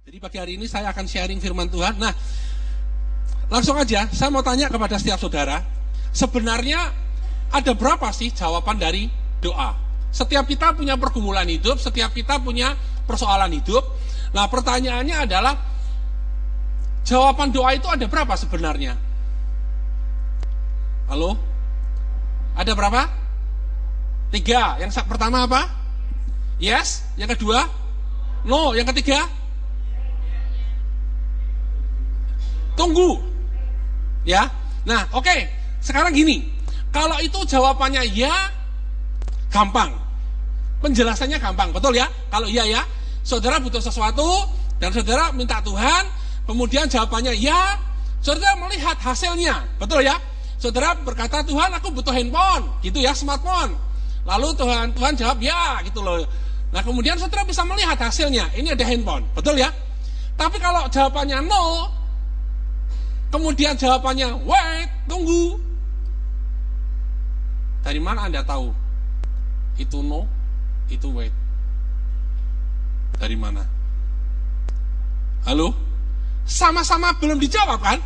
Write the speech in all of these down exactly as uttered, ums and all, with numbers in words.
Jadi pagi hari ini saya akan sharing firman Tuhan. Nah, langsung aja saya mau tanya kepada setiap saudara, sebenarnya ada berapa sih jawaban dari doa? Setiap kita punya pergumulan hidup, setiap kita punya persoalan hidup. Nah, pertanyaannya adalah, jawaban doa itu ada berapa sebenarnya? Halo? Ada berapa? Tiga. Yang pertama apa? Yes. Yang kedua? No. Yang ketiga? Tunggu. Ya. Nah, oke. Okay. Sekarang gini. Kalau itu jawabannya ya, gampang. Penjelasannya gampang, betul ya? Kalau iya ya, saudara butuh sesuatu dan saudara minta Tuhan, kemudian jawabannya ya, saudara melihat hasilnya, betul ya? Saudara berkata, Tuhan aku butuh handphone, gitu ya, smartphone. Lalu Tuhan Tuhan jawab ya, gitu loh. Nah, kemudian saudara bisa melihat hasilnya, ini ada handphone, betul ya? Tapi kalau jawabannya no, kemudian jawabannya wait, tunggu. Dari mana Anda tahu itu no, itu wait? Dari mana? Halo? Sama-sama belum dijawab kan?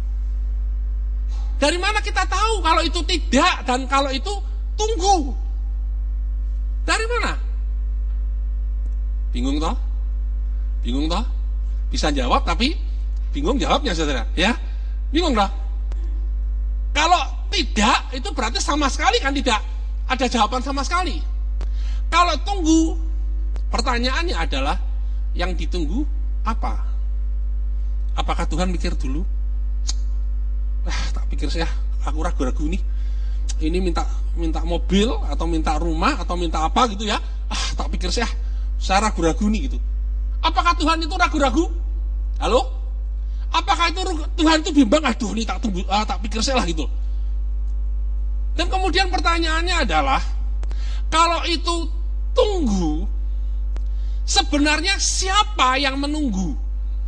Dari mana kita tahu kalau itu tidak dan kalau itu tunggu? Dari mana? Bingung toh? Bingung toh? Bisa jawab tapi bingung jawabnya, saudara, ya? Bingung toh? Kalau tidak, itu berarti sama sekali kan tidak ada jawaban sama sekali. Kalau tunggu, pertanyaannya adalah, yang ditunggu apa? Apakah Tuhan mikir dulu? Ah, tak pikir saya, aku ragu-ragu nih. Ini minta minta mobil atau minta rumah atau minta apa gitu ya? Ah, tak pikir saya, saya ragu-ragu nih gitu. Apakah Tuhan itu ragu-ragu? Halo? Apakah itu Tuhan itu bimbang? Aduh, ini tak tunggu, ah, tak pikir saya lah gitu. Dan kemudian pertanyaannya adalah, kalau itu tunggu, sebenarnya siapa yang menunggu?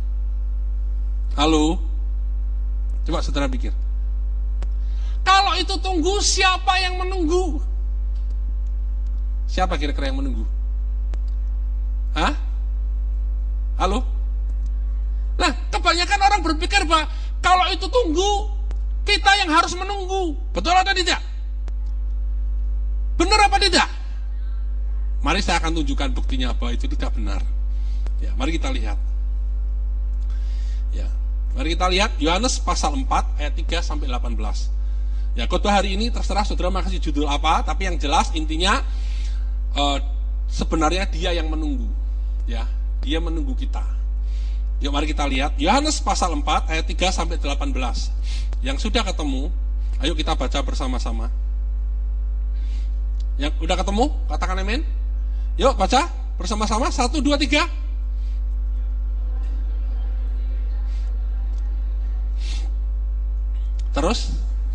Halo? Coba saudara pikir. Kalau itu tunggu, siapa yang menunggu? Siapa kira-kira yang menunggu? Hah? Halo? Nah, kebanyakan orang berpikir bahwa kalau itu tunggu, kita yang harus menunggu. Betul atau tidak? Benar apa tidak? Mari saya akan tunjukkan buktinya bahwa itu tidak benar. Ya, mari kita lihat. Ya, mari kita lihat Yohanes pasal empat ayat tiga sampai delapan belas. Ya, khotbah hari ini terserah saudara mau kasih judul apa, tapi yang jelas intinya eh, sebenarnya dia yang menunggu. Ya, dia menunggu kita. Yuk mari kita lihat Yohanes pasal empat ayat tiga sampai delapan belas. Yang sudah ketemu, ayo kita baca bersama-sama. Yang udah ketemu, katakan amin. Yuk baca bersama-sama, satu, dua, tiga. Terus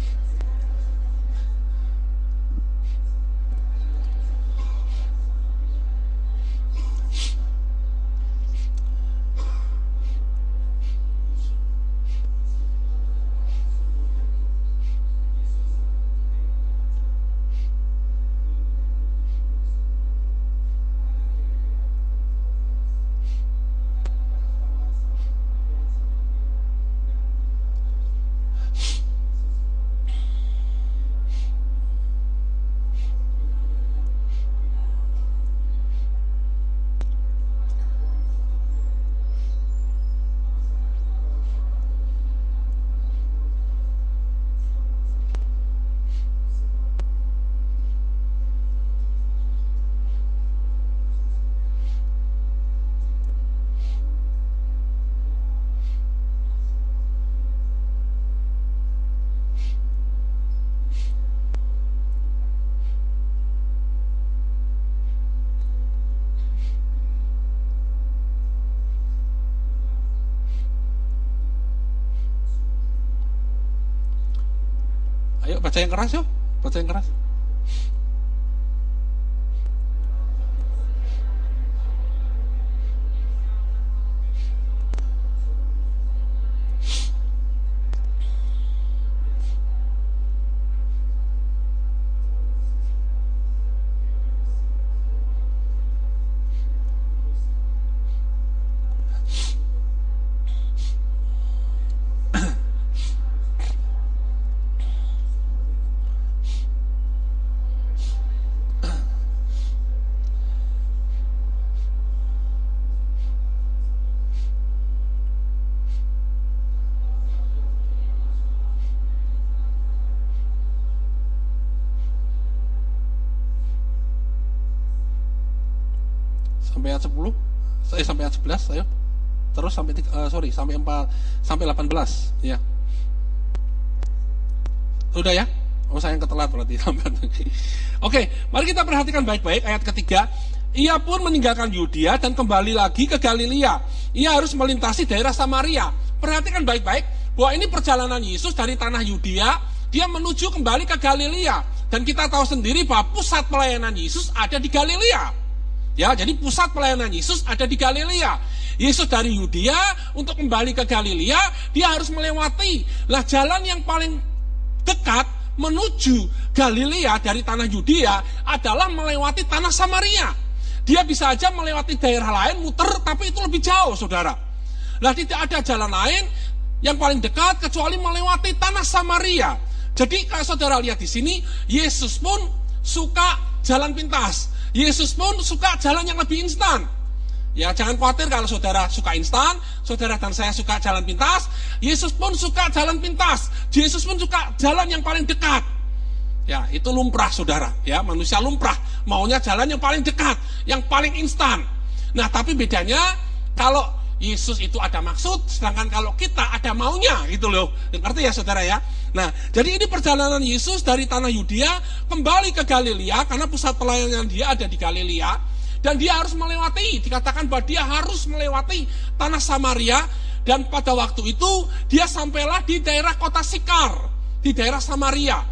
ayo baca yang keras yuk, baca yang keras. sampai ayat sepuluh, saya sampai ayat sebelas, ayo. Terus sampai uh, sorry sampai empat sampai delapan belas ya. Udah ya? Oh, saya yang ketelat berarti. Oke, mari kita perhatikan baik-baik ayat ketiga. Ia pun meninggalkan Yudea dan kembali lagi ke Galilea. Ia harus melintasi daerah Samaria. Perhatikan baik-baik bahwa ini perjalanan Yesus dari tanah Yudea, dia menuju kembali ke Galilea. Dan kita tahu sendiri bahwa pusat pelayanan Yesus ada di Galilea. Ya, jadi pusat pelayanan Yesus ada di Galilea. Yesus dari Yudea untuk kembali ke Galilea, dia harus melewati lah jalan yang paling dekat menuju Galilea dari tanah Yudea adalah melewati tanah Samaria. Dia bisa aja melewati daerah lain, muter, tapi itu lebih jauh, saudara. Lah tidak ada jalan lain yang paling dekat kecuali melewati tanah Samaria. Jadi kalau saudara lihat di sini, Yesus pun suka jalan pintas. Yesus pun suka jalan yang lebih instan. Ya, jangan khawatir kalau saudara suka instan, saudara dan saya suka jalan pintas. Yesus pun suka jalan pintas. Yesus pun suka jalan yang paling dekat. Ya, itu lumrah, saudara. Ya, manusia lumrah, maunya jalan yang paling dekat, yang paling instan. Nah, tapi bedanya kalau Yesus itu ada maksud, sedangkan kalau kita ada maunya, gitu loh. Ngerti ya, saudara ya? Nah, jadi ini perjalanan Yesus dari tanah Yudea kembali ke Galilea, karena pusat pelayanan dia ada di Galilea. Dan dia harus melewati, dikatakan bahwa dia harus melewati tanah Samaria. Dan pada waktu itu, dia sampailah di daerah kota Sikar, di daerah Samaria.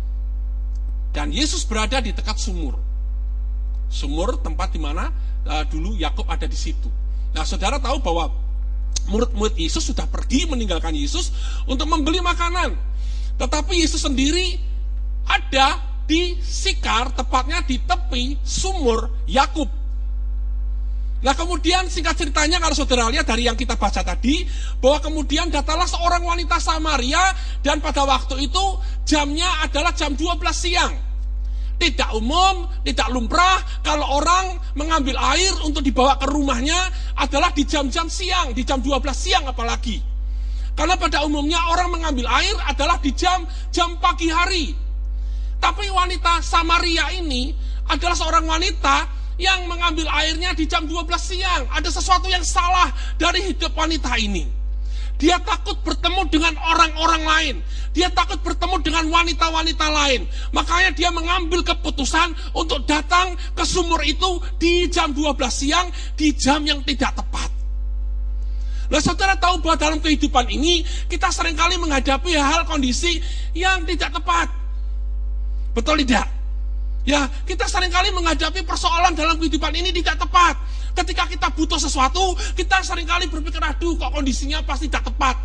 Dan Yesus berada di dekat sumur. Sumur tempat di mana uh, dulu Yakub ada di situ. Nah, saudara tahu bahwa murid-murid Yesus sudah pergi meninggalkan Yesus untuk membeli makanan. Tetapi Yesus sendiri ada di Sikar, tepatnya di tepi sumur Yakub. Nah, kemudian singkat ceritanya kalau saudara lihat dari yang kita baca tadi, bahwa kemudian datanglah seorang wanita Samaria, dan pada waktu itu jamnya adalah jam dua belas siang. Tidak umum, tidak lumrah kalau orang mengambil air untuk dibawa ke rumahnya adalah di jam-jam siang, di jam dua belas siang apalagi. Karena pada umumnya orang mengambil air adalah di jam-jam pagi hari. Tapi wanita Samaria ini adalah seorang wanita yang mengambil airnya di jam dua belas siang. Ada sesuatu yang salah dari hidup wanita ini. Dia takut bertemu dengan orang-orang lain. Dia takut bertemu dengan wanita-wanita lain. Makanya dia mengambil keputusan untuk datang ke sumur itu di jam dua belas siang, di jam yang tidak tepat. Nah, saudara tahu bahwa dalam kehidupan ini kita seringkali menghadapi hal kondisi yang tidak tepat. Betul tidak? Ya, kita seringkali menghadapi persoalan dalam kehidupan ini tidak tepat. Ketika kita butuh sesuatu, kita seringkali berpikir, aduh kok kondisinya pasti tidak tepat.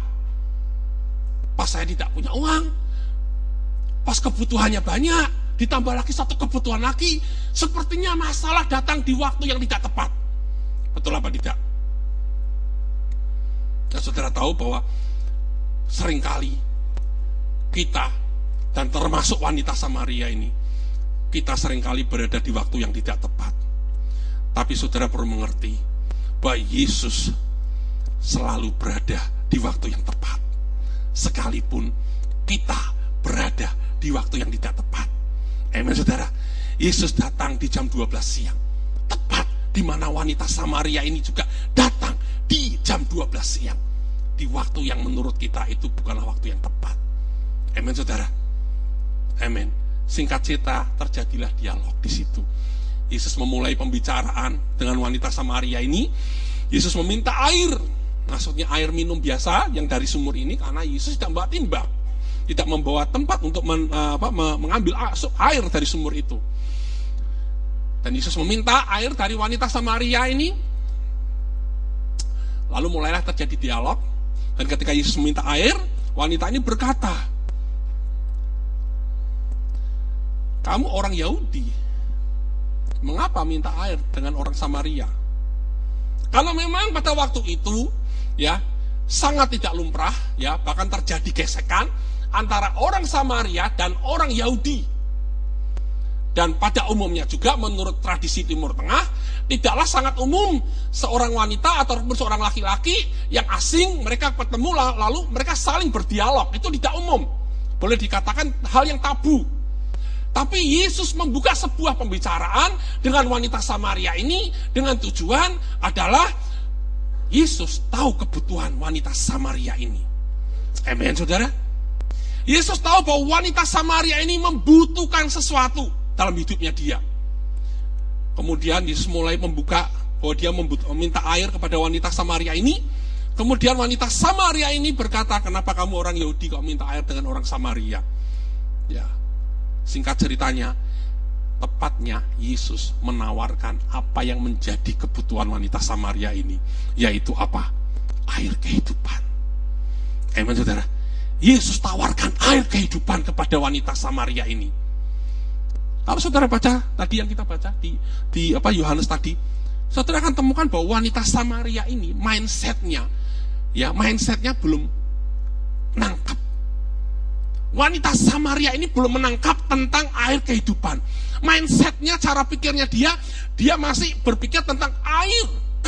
Pas saya tidak punya uang, pas kebutuhannya banyak, ditambah lagi satu kebutuhan lagi, sepertinya masalah datang di waktu yang tidak tepat. Betul apa tidak? Dan saudara tahu bahwa seringkali kita, dan termasuk wanita Samaria ini, kita seringkali berada di waktu yang tidak tepat. Tapi saudara perlu mengerti bahwa Yesus selalu berada di waktu yang tepat. Sekalipun kita berada di waktu yang tidak tepat. Amin, saudara. Yesus datang di jam dua belas siang. Tepat di mana wanita Samaria ini juga datang di jam dua belas siang. Di waktu yang menurut kita itu bukanlah waktu yang tepat. Amin, saudara. Amin. Singkat cerita, terjadilah dialog di situ. Yesus memulai pembicaraan dengan wanita Samaria ini. Yesus meminta air, maksudnya air minum biasa yang dari sumur ini, karena Yesus tidak membawa timba, tidak membawa tempat untuk men, apa, mengambil air dari sumur itu. Dan Yesus meminta air dari wanita Samaria ini. Lalu mulailah terjadi dialog. Dan ketika Yesus meminta air, wanita ini berkata, kamu orang Yahudi, mengapa minta air dengan orang Samaria? Kalau memang pada waktu itu, ya, sangat tidak lumrah, ya, bahkan terjadi gesekan antara orang Samaria dan orang Yahudi. Dan pada umumnya juga menurut tradisi Timur Tengah, tidaklah sangat umum seorang wanita ataupun seorang laki-laki yang asing mereka ketemu lalu mereka saling berdialog. Itu tidak umum. Boleh dikatakan hal yang tabu. Tapi Yesus membuka sebuah pembicaraan dengan wanita Samaria ini dengan tujuan adalah Yesus tahu kebutuhan wanita Samaria ini. Amin, saudara. Yesus tahu bahwa wanita Samaria ini membutuhkan sesuatu dalam hidupnya dia. Kemudian Yesus mulai membuka bahwa dia meminta air kepada wanita Samaria ini. Kemudian wanita Samaria ini berkata, kenapa kamu orang Yahudi kok minta air dengan orang Samaria? Ya, singkat ceritanya, tepatnya Yesus menawarkan apa yang menjadi kebutuhan wanita Samaria ini, yaitu apa? Air kehidupan. Amin, saudara. Yesus tawarkan air kehidupan kepada wanita Samaria ini. Kalau saudara baca tadi yang kita baca di di apa Yohanes tadi, saudara akan temukan bahwa wanita Samaria ini mindsetnya, ya mindsetnya belum nangkap. Wanita Samaria ini belum menangkap tentang air kehidupan. Mindsetnya, cara pikirnya dia, dia masih berpikir tentang air.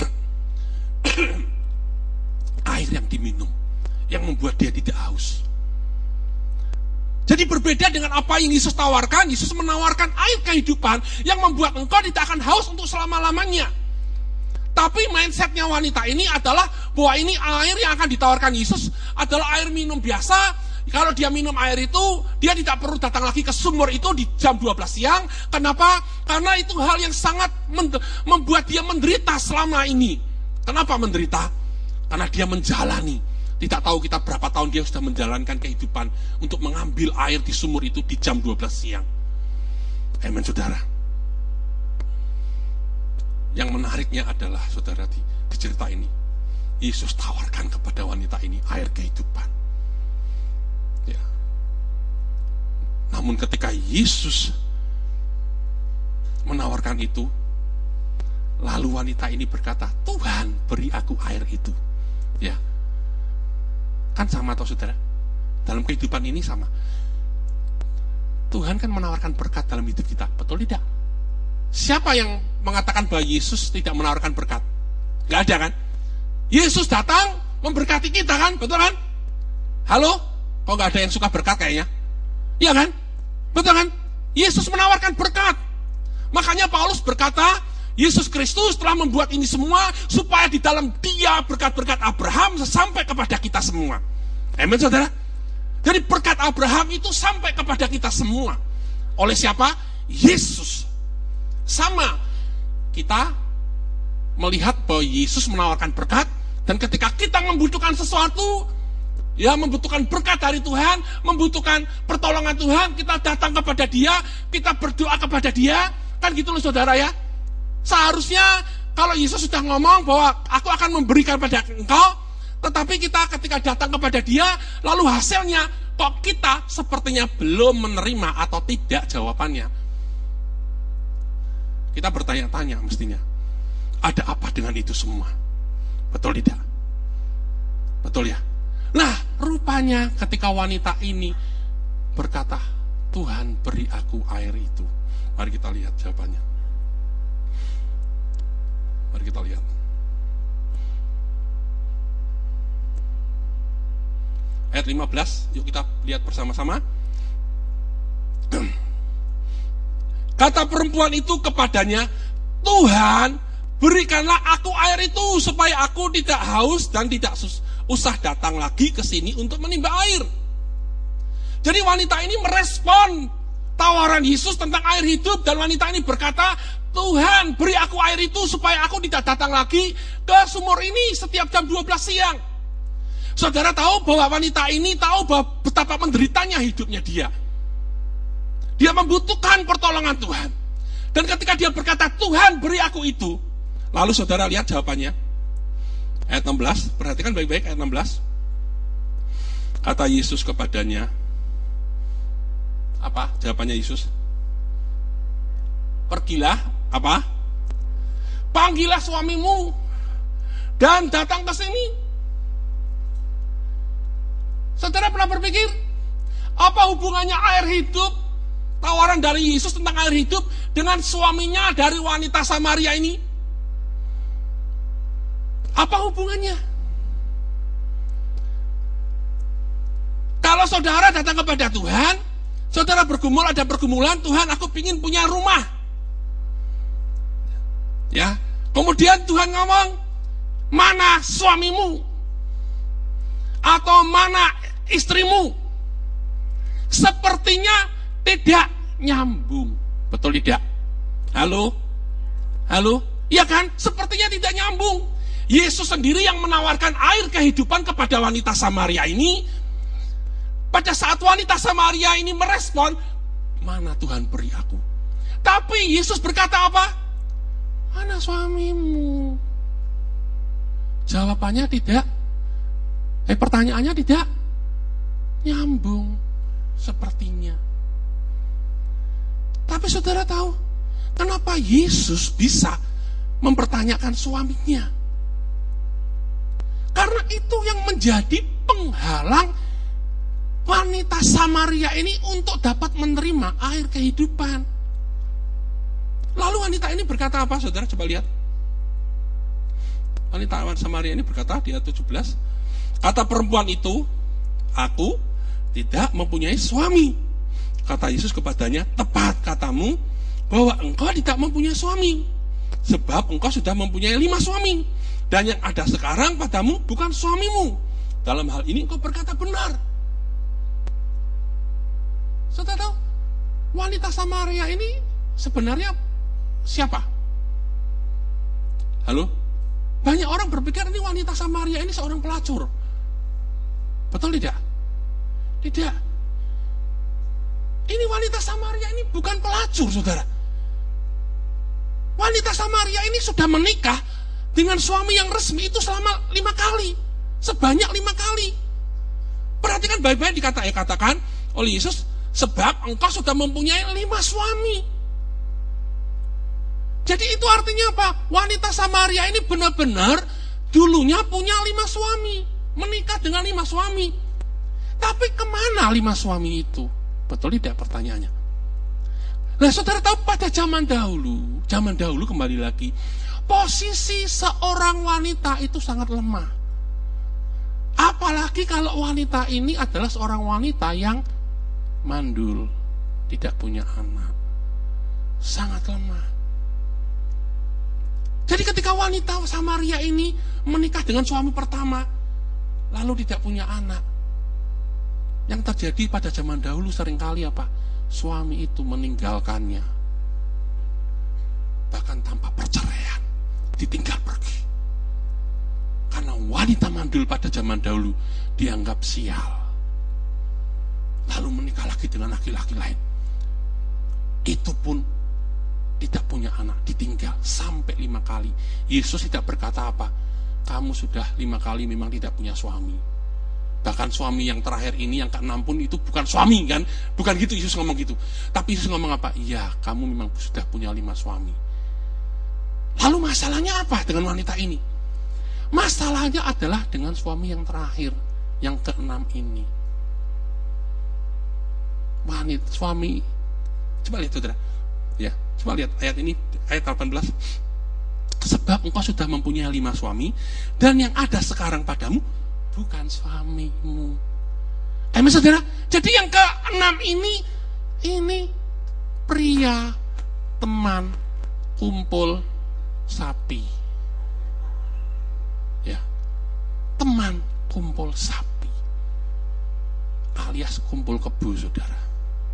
Air yang diminum, yang membuat dia tidak haus. Jadi berbeda dengan apa yang Yesus tawarkan. Yesus menawarkan air kehidupan yang membuat engkau tidak akan haus untuk selama-lamanya. Tapi mindsetnya wanita ini adalah bahwa ini air yang akan ditawarkan Yesus adalah air minum biasa. Kalau dia minum air itu, dia tidak perlu datang lagi ke sumur itu di jam dua belas siang. Kenapa? Karena itu hal yang sangat membuat dia menderita selama ini. Kenapa menderita? Karena dia menjalani. Tidak tahu kita berapa tahun dia sudah menjalankan kehidupan untuk mengambil air di sumur itu di jam dua belas siang. Amin, saudara. Yang menariknya adalah, saudara, di, di cerita ini, Yesus tawarkan kepada wanita ini air kehidupan. Ya. Namun ketika Yesus menawarkan itu, lalu wanita ini berkata, Tuhan, beri aku air itu. Ya, kan sama toh, saudara. Dalam kehidupan ini sama. Tuhan kan menawarkan berkat dalam hidup kita, betul tidak? Siapa yang mengatakan bahwa Yesus tidak menawarkan berkat? Gak ada kan? Yesus datang memberkati kita kan, betul kan? Halo? Kok gak ada yang suka berkat kayaknya? Iya kan? Betul kan? Yesus menawarkan berkat. Makanya Paulus berkata, Yesus Kristus telah membuat ini semua supaya di dalam Dia berkat-berkat Abraham sampai kepada kita semua. Amin, saudara. Jadi berkat Abraham itu sampai kepada kita semua. Oleh siapa? Yesus. Sama. Kita melihat bahwa Yesus menawarkan berkat, dan ketika kita membutuhkan sesuatu, ya membutuhkan berkat dari Tuhan, membutuhkan pertolongan Tuhan, kita datang kepada Dia, kita berdoa kepada Dia, kan gitu loh, saudara ya. Seharusnya kalau Yesus sudah ngomong bahwa aku akan memberikan pada engkau, tetapi kita ketika datang kepada Dia, lalu hasilnya kok kita sepertinya belum menerima atau tidak jawabannya. Kita bertanya-tanya mestinya, ada apa dengan itu semua? Betul tidak? Betul ya? Nah, rupanya ketika wanita ini berkata, Tuhan, beri aku air itu. Mari kita lihat jawabannya. Mari kita lihat. Ayat lima belas, yuk kita lihat bersama-sama. Kata perempuan itu kepadanya, Tuhan, berikanlah aku air itu supaya aku tidak haus dan tidak sus- usah datang lagi ke sini untuk menimba air. Jadi wanita ini merespon tawaran Yesus tentang air hidup, dan wanita ini berkata, Tuhan, beri aku air itu supaya aku tidak datang lagi ke sumur ini setiap jam dua belas siang. Saudara tahu bahwa wanita ini tahu bahwa betapa menderitanya hidupnya dia. Dia membutuhkan pertolongan Tuhan. Dan ketika dia berkata, Tuhan, beri aku itu. Lalu saudara lihat jawabannya. Ayat enam belas, perhatikan baik-baik ayat enam belas. Kata Yesus kepadanya, apa jawabannya Yesus? Pergilah, apa? Panggillah suamimu dan datang ke sini. Saudara pernah berpikir, apa hubungannya air hidup, tawaran dari Yesus tentang air hidup, dengan suaminya dari wanita Samaria ini? Apa hubungannya? Kalau saudara datang kepada Tuhan, Saudara bergumul, ada pergumulan, Tuhan aku pingin punya rumah. Ya, kemudian Tuhan ngomong, mana suamimu? Atau mana istrimu? Sepertinya tidak nyambung. Betul tidak? Halo? Halo? Iya kan? Sepertinya tidak nyambung. Yesus sendiri yang menawarkan air kehidupan kepada wanita Samaria ini. Pada saat wanita Samaria ini merespon, mana Tuhan beri aku? Tapi Yesus berkata apa? Mana suamimu? Jawabannya tidak. Eh pertanyaannya tidak nyambung. Sepertinya. Tapi saudara tahu, kenapa Yesus bisa mempertanyakan suaminya? Karena itu yang menjadi penghalang wanita Samaria ini untuk dapat menerima air kehidupan. Lalu wanita ini berkata apa, saudara? Coba lihat. Wanita Samaria ini berkata di ayat tujuh belas, kata perempuan itu, aku tidak mempunyai suami. Kata Yesus kepadanya, tepat katamu bahwa engkau tidak mempunyai suami, sebab engkau sudah mempunyai lima suami, dan yang ada sekarang padamu bukan suamimu. Dalam hal ini engkau berkata benar. Saudara tahu, wanita Samaria ini sebenarnya siapa? Halo? Banyak orang berpikir ini wanita Samaria ini seorang pelacur. Betul tidak? Tidak. Ini wanita Samaria ini bukan pelacur, saudara. Wanita Samaria ini sudah menikah dengan suami yang resmi itu selama lima kali. Sebanyak lima kali. Perhatikan baik-baik dikata, ya, katakan oleh Yesus, sebab engkau sudah mempunyai lima suami. Jadi itu artinya apa? Wanita Samaria ini benar-benar dulunya punya lima suami. Menikah dengan lima suami. Tapi kemana lima suami itu? Betul tidak pertanyaannya? Nah saudara tahu pada zaman dahulu, zaman dahulu kembali lagi, posisi seorang wanita itu sangat lemah. Apalagi kalau wanita ini adalah seorang wanita yang mandul, tidak punya anak. Sangat lemah. Jadi ketika wanita Samaria ini menikah dengan suami pertama, lalu tidak punya anak, yang terjadi pada zaman dahulu seringkali apa? Suami itu meninggalkannya, bahkan tanpa perceraian, ditinggal pergi. Karena wanita mandul pada zaman dahulu dianggap sial, lalu menikah lagi dengan laki-laki lain. Itu pun tidak punya anak, ditinggal sampai lima kali. Yesus tidak berkata apa? Kamu sudah lima kali memang tidak punya suami. Bahkan suami yang terakhir ini, yang keenam pun itu bukan suami kan? Bukan gitu Yesus ngomong gitu. Tapi Yesus ngomong apa? Iya, kamu memang sudah punya lima suami. Lalu masalahnya apa dengan wanita ini? Masalahnya adalah dengan suami yang terakhir, yang keenam ini. Wanita, suami, coba lihat saudara. Ya, coba lihat ayat ini, ayat delapan belas. Sebab engkau sudah mempunyai lima suami, dan yang ada sekarang padamu bukan suamimu. Amin saudara. Jadi yang keenam ini, ini pria teman kumpul sapi. Ya, teman kumpul sapi, alias kumpul kebo, saudara.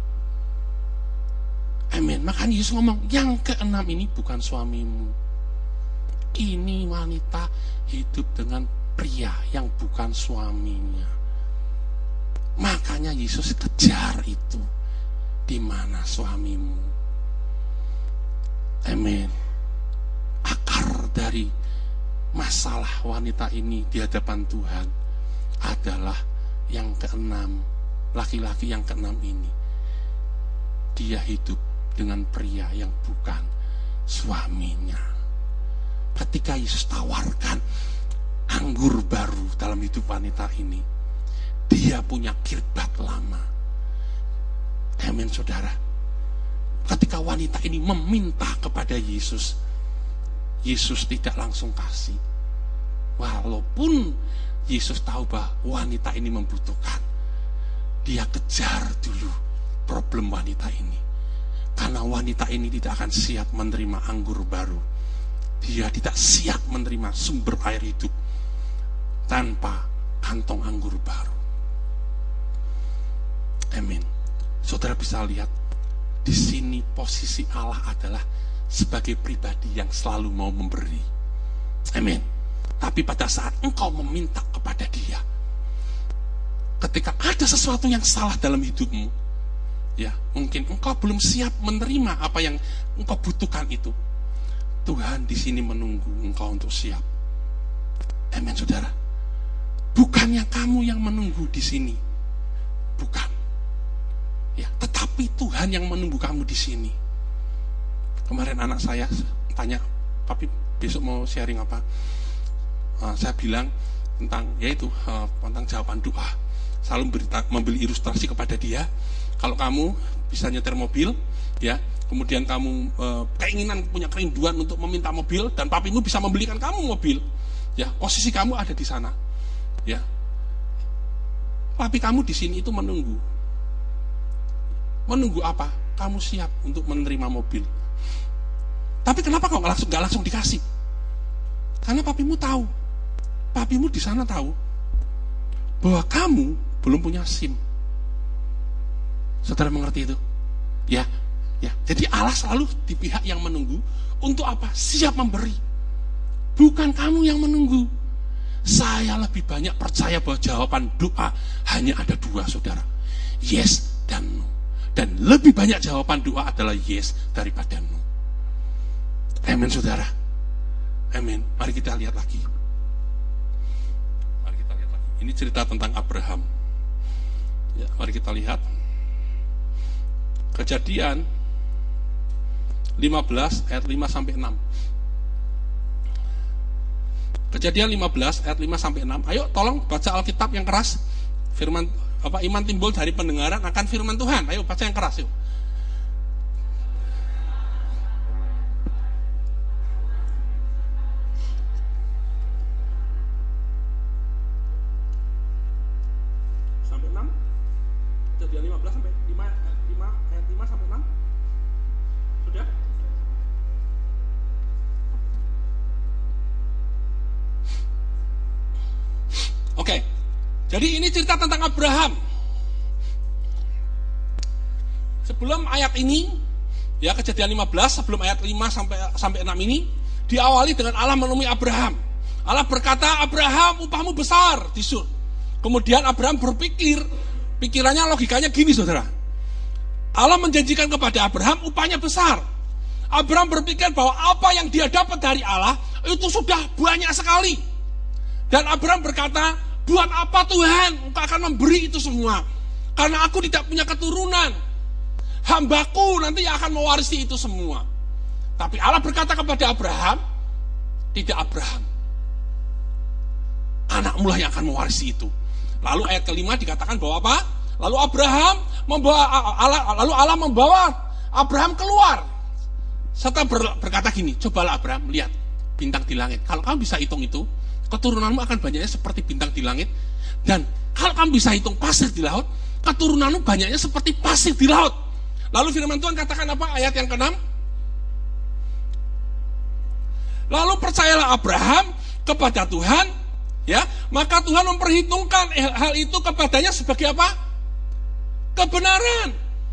Amin. Makanya Yesus ngomong, yang keenam ini bukan suamimu. Ini wanita hidup dengan pria yang bukan suaminya. Makanya Yesus kejar itu. Di mana suamimu? Amin. Akar dari masalah wanita ini di hadapan Tuhan adalah yang keenam, laki-laki yang keenam ini. Dia hidup dengan pria yang bukan suaminya. Ketika Yesus tawarkan anggur baru dalam hidup wanita ini, dia punya kirbat lama. Amin saudara. Ketika wanita ini meminta kepada Yesus, Yesus tidak langsung kasih. Walaupun Yesus tahu bahwa wanita ini membutuhkan, dia kejar dulu problem wanita ini. Karena wanita ini tidak akan siap menerima anggur baru. Dia tidak siap menerima sumber air hidup tanpa kantong anggur baru. Amin. Saudara bisa lihat, di sini posisi Allah adalah sebagai pribadi yang selalu mau memberi. Amin. Tapi pada saat engkau meminta kepada Dia, ketika ada sesuatu yang salah dalam hidupmu, ya, mungkin engkau belum siap menerima apa yang engkau butuhkan itu. Tuhan di sini menunggu engkau untuk siap. Amin, saudara. Bukannya kamu yang menunggu di sini, bukan. Ya, tetapi Tuhan yang menunggu kamu di sini. Kemarin anak saya tanya, "Papi, besok mau sharing apa?" Uh, saya bilang tentang, yaitu uh, tentang jawaban doa. Selalu berita, membeli ilustrasi kepada dia. Kalau kamu bisa nyetir mobil, ya, kemudian kamu e, keinginan punya kerinduan untuk meminta mobil, dan papimu bisa membelikan kamu mobil, ya, posisi kamu ada di sana, ya. Papi kamu di sini itu menunggu, menunggu apa? Kamu siap untuk menerima mobil. Tapi kenapa kok nggak langsung nggak langsung dikasih? Karena papimu tahu, papimu di sana tahu bahwa kamu belum punya SIM. Saudara mengerti itu? Ya, ya. Jadi Allah selalu di pihak yang menunggu untuk apa? Siap memberi. Bukan kamu yang menunggu. Saya lebih banyak percaya bahwa jawaban doa hanya ada dua, saudara. Yes dan no. Dan lebih banyak jawaban doa adalah yes daripada no. Amin, saudara. Amin. Mari kita lihat lagi. Mari kita lihat lagi. Ini cerita tentang Abraham. Ya, mari kita lihat. Kejadian lima belas ayat lima sampai enam. Kejadian lima belas ayat lima sampai enam. Ayo tolong baca Alkitab yang keras. Firman apa iman timbul dari pendengaran akan firman Tuhan. Ayo baca yang keras yuk. Sampai enam. Kejadian lima belas sampai lima ayat lima sampai enam. Sudah? Oke. Jadi ini cerita tentang Abraham. Sebelum ayat ini, ya Kejadian lima belas, sebelum ayat lima sampai sampai enam ini diawali dengan Allah menemui Abraham. Allah berkata, "Abraham, upahmu besar di Sur." Kemudian Abraham berpikir, pikirannya logikanya gini, saudara. Allah menjanjikan kepada Abraham upahnya besar. Abraham berpikir bahwa apa yang dia dapat dari Allah itu sudah banyak sekali. Dan Abraham berkata, "Buat apa Tuhan Engkau akan memberi itu semua? Karena aku tidak punya keturunan. Hambaku nanti akan mewarisi itu semua." Tapi Allah berkata kepada Abraham, "Tidak, Abraham. Anakmu lah yang akan mewarisi itu." Lalu ayat kelima dikatakan bahwa apa? Lalu Abraham membawa Allah, lalu Allah membawa Abraham keluar serta ber, berkata gini, "Cobalah Abraham, lihat bintang di langit. Kalau kamu bisa hitung itu, keturunanmu akan banyaknya seperti bintang di langit. Dan kalau kamu bisa hitung pasir di laut, keturunanmu banyaknya seperti pasir di laut." Lalu firman Tuhan katakan apa? Ayat yang keenam. "Lalu percayalah Abraham kepada Tuhan, ya, maka Tuhan memperhitungkan hal itu kepadanya sebagai apa? Kebenaran."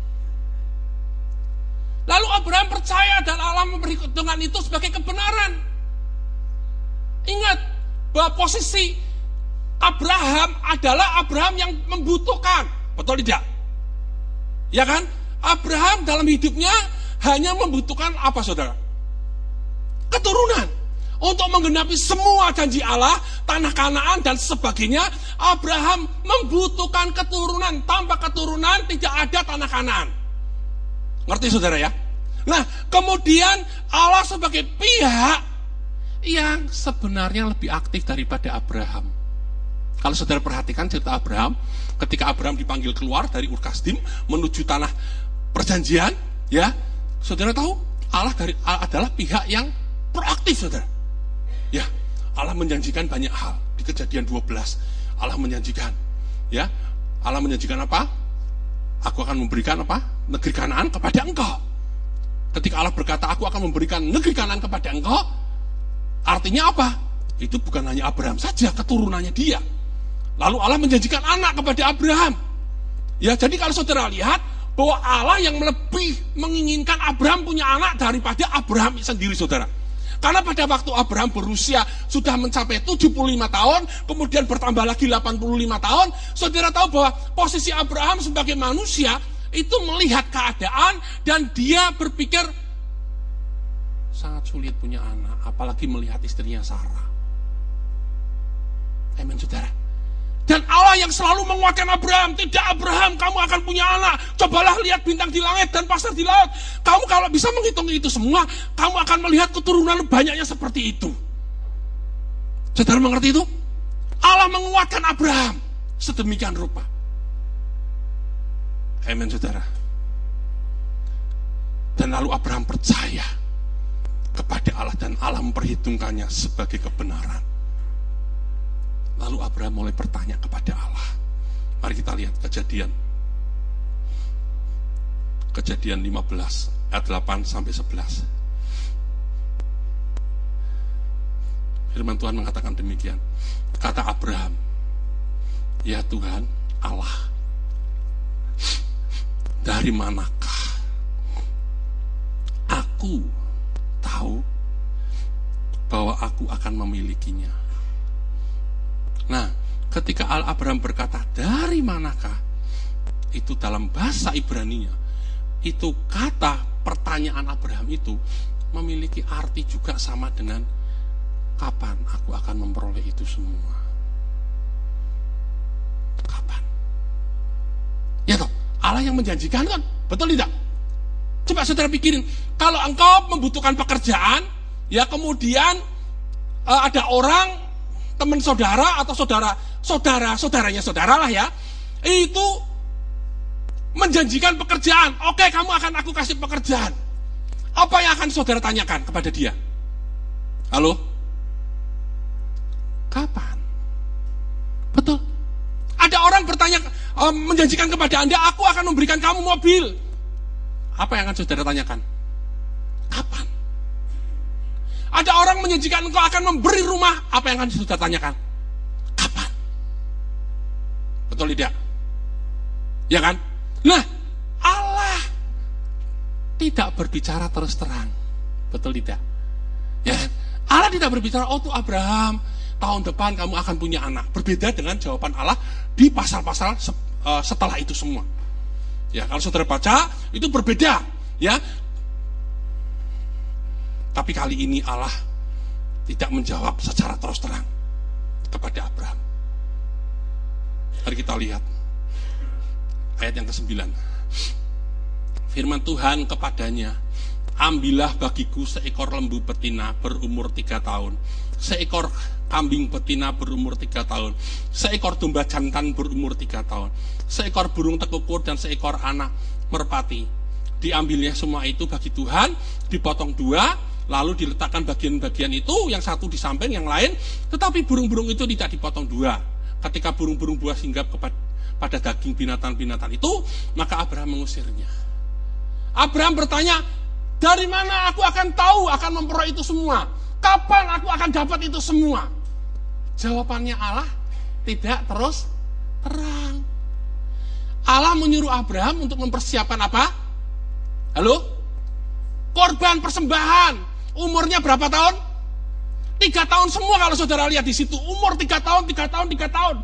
Lalu Abraham percaya dan Allah memperhitungkan itu sebagai kebenaran. Ingat bahwa posisi Abraham adalah Abraham yang membutuhkan, betul tidak? Ya kan? Abraham dalam hidupnya hanya membutuhkan apa, saudara? Keturunan. Untuk menggenapi semua janji Allah, tanah Kanaan dan sebagainya, Abraham membutuhkan keturunan. Tanpa keturunan tidak ada tanah Kanaan. Ngerti, saudara ya? Nah, kemudian Allah sebagai pihak yang sebenarnya lebih aktif daripada Abraham. Kalau saudara perhatikan cerita Abraham, ketika Abraham dipanggil keluar dari Ur Kasdim menuju tanah perjanjian, ya, saudara tahu Allah dari Allah adalah pihak yang proaktif, saudara. Ya, Allah menjanjikan banyak hal di Kejadian dua belas. Allah menjanjikan, ya, Allah menjanjikan apa? aku akan memberikan apa? Negeri Kanaan kepada engkau. Ketika Allah berkata, aku akan memberikan negeri Kanaan kepada engkau, artinya apa? Itu bukan hanya Abraham saja, keturunannya dia. Lalu Allah menjanjikan anak kepada Abraham. Ya, jadi kalau saudara lihat bahwa Allah yang lebih menginginkan Abraham punya anak daripada Abraham sendiri, saudara. Karena pada waktu Abraham berusia sudah mencapai tujuh puluh lima tahun, kemudian bertambah lagi delapan puluh lima tahun, saudara tahu bahwa posisi Abraham sebagai manusia itu melihat keadaan dan dia berpikir sangat sulit punya anak, apalagi melihat istrinya Sarah. Amin, saudara. Dan Allah yang selalu menguatkan Abraham, tidak Abraham, kamu akan punya anak. Cobalah lihat bintang di langit dan pasar di laut. Kamu kalau bisa menghitung itu semua, kamu akan melihat keturunan banyaknya seperti itu. Saudara mengerti itu? Allah menguatkan Abraham sedemikian rupa. Amin, saudara. Dan lalu Abraham percaya kepada Allah dan Allah memperhitungkannya sebagai kebenaran. Lalu Abraham mulai bertanya kepada Allah. Mari kita lihat Kejadian. Kejadian lima belas ayat delapan sampai sebelas. Firman Tuhan mengatakan demikian. Kata Abraham, ya Tuhan Allah, dari manakah aku tahu bahwa aku akan memilikinya? Nah, ketika Al-Abraham berkata, dari manakah? Itu dalam bahasa Ibrani-nya, itu kata pertanyaan Abraham itu memiliki arti juga sama dengan kapan aku akan memperoleh itu semua. Kapan? Ya toh, Allah yang menjanjikan kan? Betul tidak? Coba saudara pikirin, kalau engkau membutuhkan pekerjaan, ya kemudian uh, ada orang teman saudara atau saudara saudara saudaranya saudara lah ya, itu menjanjikan pekerjaan. Oke, kamu akan aku kasih pekerjaan. Apa yang akan saudara tanyakan kepada dia? Halo? Kapan? Betul. Ada orang bertanya, um, menjanjikan kepada Anda, aku akan memberikan kamu mobil. Apa yang akan saudara tanyakan? Kapan? Ada orang menjanjikan engkau akan memberi rumah. Apa yang akan saudara tanyakan? Kapan? Betul tidak? Ya kan? Nah, Allah tidak berbicara terus terang. Betul tidak? Ya, Allah tidak berbicara, oh tuh Abraham, tahun depan kamu akan punya anak. Berbeda dengan jawaban Allah di pasal-pasal setelah itu semua. Ya, kalau saudara baca, itu berbeda. Ya, tapi kali ini Allah tidak menjawab secara terus terang kepada Abraham. Mari kita lihat ayat yang kesembilan. Firman Tuhan kepadanya, ambillah bagiku seekor lembu betina berumur tiga tahun, seekor kambing betina berumur tiga tahun, seekor domba jantan berumur tiga tahun, seekor burung tekukur dan seekor anak merpati. Diambilnya semua itu bagi Tuhan, dipotong dua, lalu diletakkan bagian-bagian itu, yang satu di samping, yang lain. Tetapi burung-burung itu tidak dipotong dua. Ketika burung-burung buas hinggap kepada daging binatang-binatang itu, maka Abraham mengusirnya. Abraham bertanya, dari mana aku akan tahu akan memperoleh itu semua? Kapan aku akan dapat itu semua? Jawabannya Allah tidak terus terang. Allah menyuruh Abraham untuk mempersiapkan apa? Halo? Korban persembahan. Umurnya berapa tahun? Tiga tahun semua kalau saudara lihat di situ. Umur tiga tahun, tiga tahun, tiga tahun.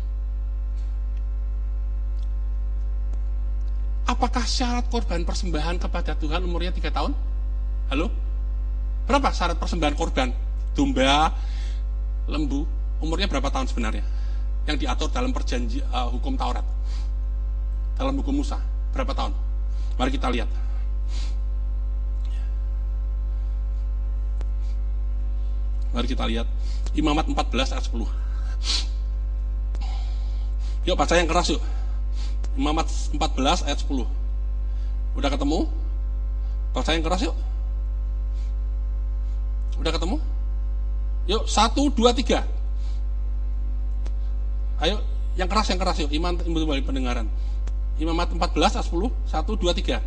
Apakah syarat korban persembahan kepada Tuhan umurnya tiga tahun? Halo? Berapa syarat persembahan korban? Domba, lembu, umurnya berapa tahun sebenarnya? Yang diatur dalam perjanji uh, hukum Taurat. Dalam hukum Musa, berapa tahun? Mari kita lihat. Mari kita lihat Imamat empat belas ayat sepuluh. Yuk baca yang keras yuk. Imamat empat belas ayat sepuluh. Udah ketemu? Baca yang keras yuk. Udah ketemu? Yuk, satu, dua, tiga. Ayo, yang keras, yang keras yuk. Iman timbul balik pendengaran. Imamat empat belas ayat sepuluh, satu, dua, tiga.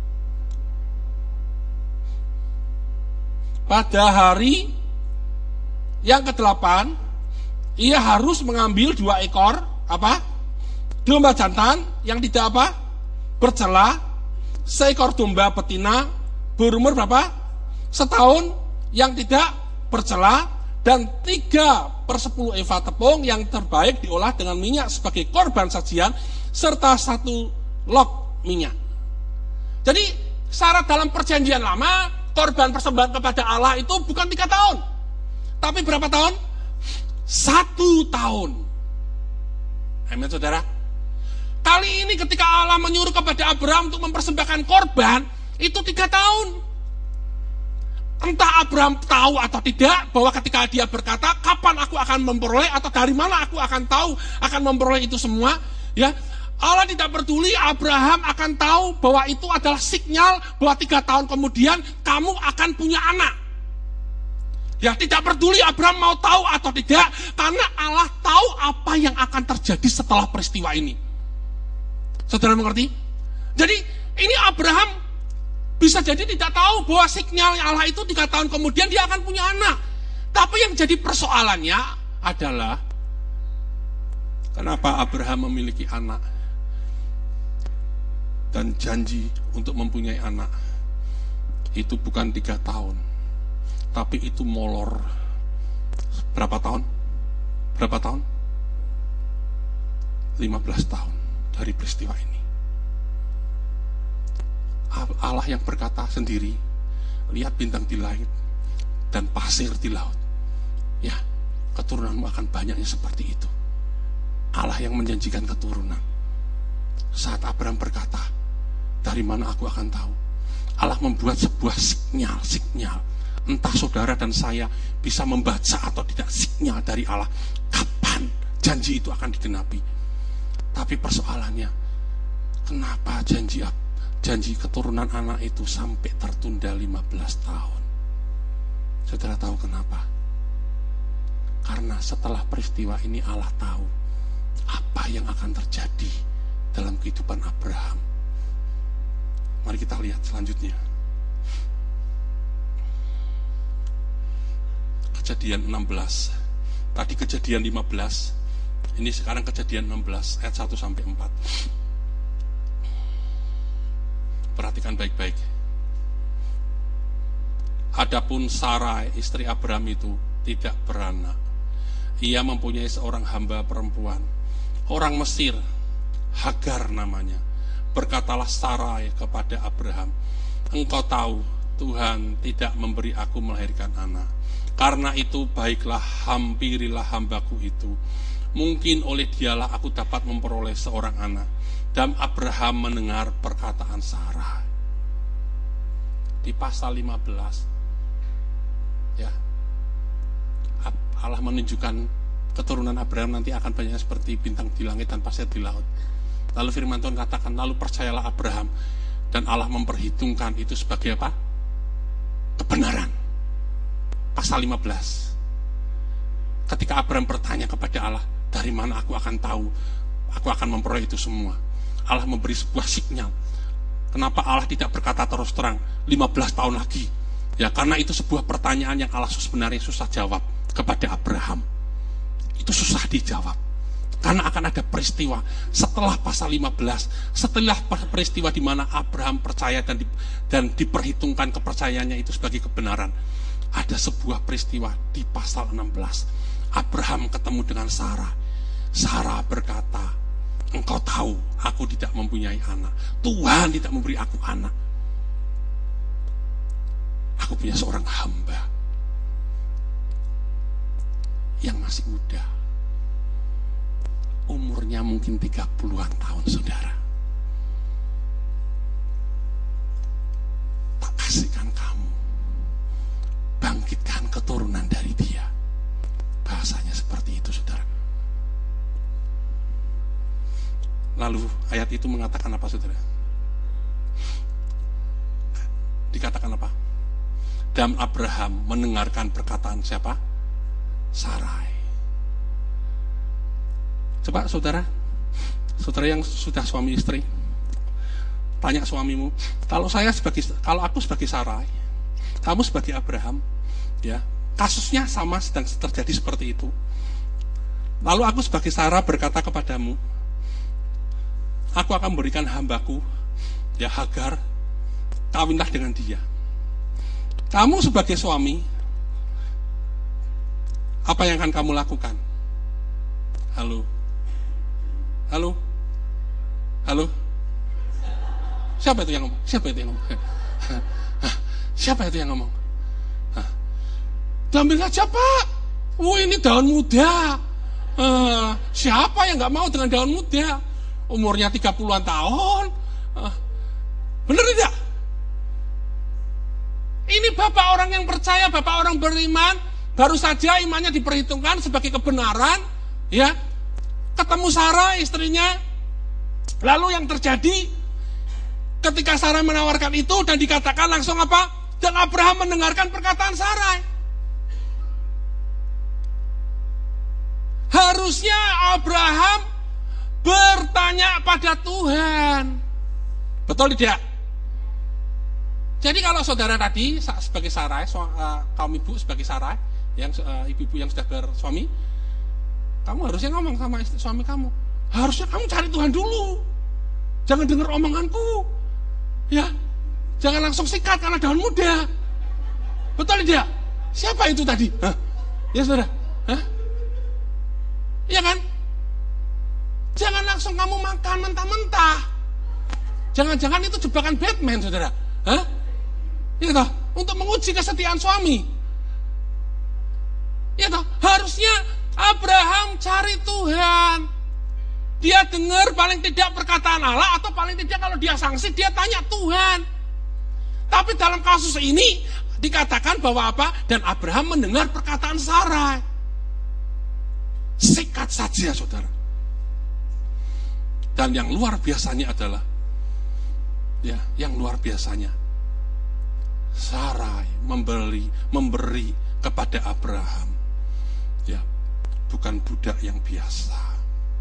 Pada hari yang kedelapan, ia harus mengambil dua ekor apa? Domba jantan yang tidak apa? Bercela, seekor domba betina berumur berapa? Setahun yang tidak bercela, dan tiga per sepuluh eva tepung yang terbaik diolah dengan minyak sebagai korban sajian, serta satu log minyak. Jadi syarat dalam perjanjian lama, korban persembahan kepada Allah itu bukan tiga tahun, tapi berapa tahun? Satu tahun. Amin, saudara. Kali ini ketika Allah menyuruh kepada Abraham untuk mempersembahkan korban, itu tiga tahun. Entah Abraham tahu atau tidak bahwa ketika dia berkata, kapan aku akan memperoleh, atau dari mana aku akan tahu akan memperoleh itu semua, ya, Allah tidak peduli. Abraham akan tahu bahwa itu adalah sinyal bahwa tiga tahun kemudian kamu akan punya anak. Ya, tidak peduli Abraham mau tahu atau tidak, karena Allah tahu apa yang akan terjadi setelah peristiwa ini. Saudara mengerti? Jadi ini Abraham bisa jadi tidak tahu bahwa sinyal Allah itu tiga tahun kemudian dia akan punya anak. Tapi yang jadi persoalannya adalah, kenapa Abraham memiliki anak dan janji untuk mempunyai anak itu bukan tiga tahun, tapi itu molor berapa tahun? Berapa tahun? lima belas tahun dari peristiwa ini. Allah yang berkata sendiri, lihat bintang di langit dan pasir di laut, ya, keturunanmu akan banyaknya seperti itu. Allah yang menjanjikan keturunan. Saat Abraham berkata, dari mana aku akan tahu, Allah membuat sebuah sinyal-sinyal. Entah saudara dan saya bisa membaca atau tidak sinyal dari Allah kapan janji itu akan digenapi. Tapi persoalannya, kenapa janji janji keturunan anak itu sampai tertunda lima belas tahun? Saudara tahu kenapa? Karena setelah peristiwa ini Allah tahu apa yang akan terjadi dalam kehidupan Abraham. Mari kita lihat selanjutnya. Kejadian enam belas. Tadi kejadian lima belas. Ini sekarang kejadian enam belas ayat satu sampai empat. Perhatikan baik-baik. Adapun Sarai, istri Abraham itu tidak beranak. Ia mempunyai seorang hamba perempuan, orang Mesir, Hagar namanya. Berkatalah Sarai kepada Abraham, engkau tahu Tuhan tidak memberi aku melahirkan anak. Karena itu baiklah, hampirilah hambaku itu. Mungkin oleh dialah aku dapat memperoleh seorang anak. Dan Abraham mendengar perkataan Sarah. Di pasal lima belas, ya, Allah menunjukkan keturunan Abraham nanti akan banyak seperti bintang di langit dan pasir di laut. Lalu firman Tuhan katakan, lalu percayalah Abraham, dan Allah memperhitungkan itu sebagai apa? Kebenaran. Pasal lima belas. Ketika Abraham bertanya kepada Allah, dari mana aku akan tahu aku akan memperoleh itu semua? Allah memberi sebuah sinyal. Kenapa Allah tidak berkata terus terang lima belas tahun lagi? Ya, karena itu sebuah pertanyaan yang Allah sebenarnya susah jawab kepada Abraham. Itu susah dijawab. Karena akan ada peristiwa setelah pasal lima belas, setelah peristiwa di mana Abraham percaya dan di, dan diperhitungkan kepercayaannya itu sebagai kebenaran. Ada sebuah peristiwa di pasal enam belas. Abraham ketemu dengan Sarah. Sarah berkata, engkau tahu aku tidak mempunyai anak. Tuhan tidak memberi aku anak. Aku punya seorang hamba yang masih muda. Umurnya mungkin tiga puluhan tahun, saudara. Tak kasihkan kamu, bangkitkan keturunan dari dia. Bahasanya seperti itu, saudara. Lalu ayat itu mengatakan apa, saudara? Dikatakan apa? Dan Abraham mendengarkan perkataan siapa? Sarai. Coba saudara, saudara yang sudah suami istri, tanya suamimu, kalau saya sebagai, kalau aku sebagai Sarai, kamu sebagai Abraham, ya, kasusnya sama sedang terjadi seperti itu. Lalu aku sebagai Sarah berkata kepadamu, aku akan memberikan hambaku, ya Hagar, kawinlah dengan dia. Kamu sebagai suami, apa yang akan kamu lakukan? Halo, halo, halo. Siapa itu yang ngomong? Siapa itu yang ngomong? Siapa itu yang ngomong? Ambil saja Pak. Oh ini daun muda. Uh, siapa yang nggak mau dengan daun muda? Umurnya tiga puluhan tahun. Uh, benar tidak? Ini bapak orang yang percaya, bapak orang beriman. Baru saja imannya diperhitungkan sebagai kebenaran. Ya, ketemu Sarah istrinya. Lalu yang terjadi ketika Sarah menawarkan itu dan dikatakan langsung apa? Dan Abraham mendengarkan perkataan Sarah. Harusnya Abraham bertanya pada Tuhan. Betul tidak? Jadi kalau saudara tadi sebagai Sarah, kaum ibu sebagai Sarah, yang ibu-ibu yang sudah bersuami, kamu harusnya ngomong sama istri, suami kamu. Harusnya kamu cari Tuhan dulu. Jangan dengar omonganku. Ya, jangan langsung sikat karena daun muda. Betul tidak? Siapa itu tadi? Hah? Ya saudara? Hah? Iya kan? Jangan langsung kamu makan mentah-mentah. Jangan-jangan itu jebakan Batman, saudara. Hah? Iya toh? Untuk menguji kesetiaan suami. Iya toh? Harusnya Abraham cari Tuhan. Dia dengar paling tidak perkataan Allah, atau paling tidak kalau dia sanksi, dia tanya Tuhan. Tapi dalam kasus ini, dikatakan bahwa apa? Dan Abraham mendengar perkataan Sarah. Sikat saja, saudara. Dan yang luar biasanya adalah, ya, yang luar biasanya, Sarah memberi, memberi kepada Abraham, ya, bukan budak yang biasa.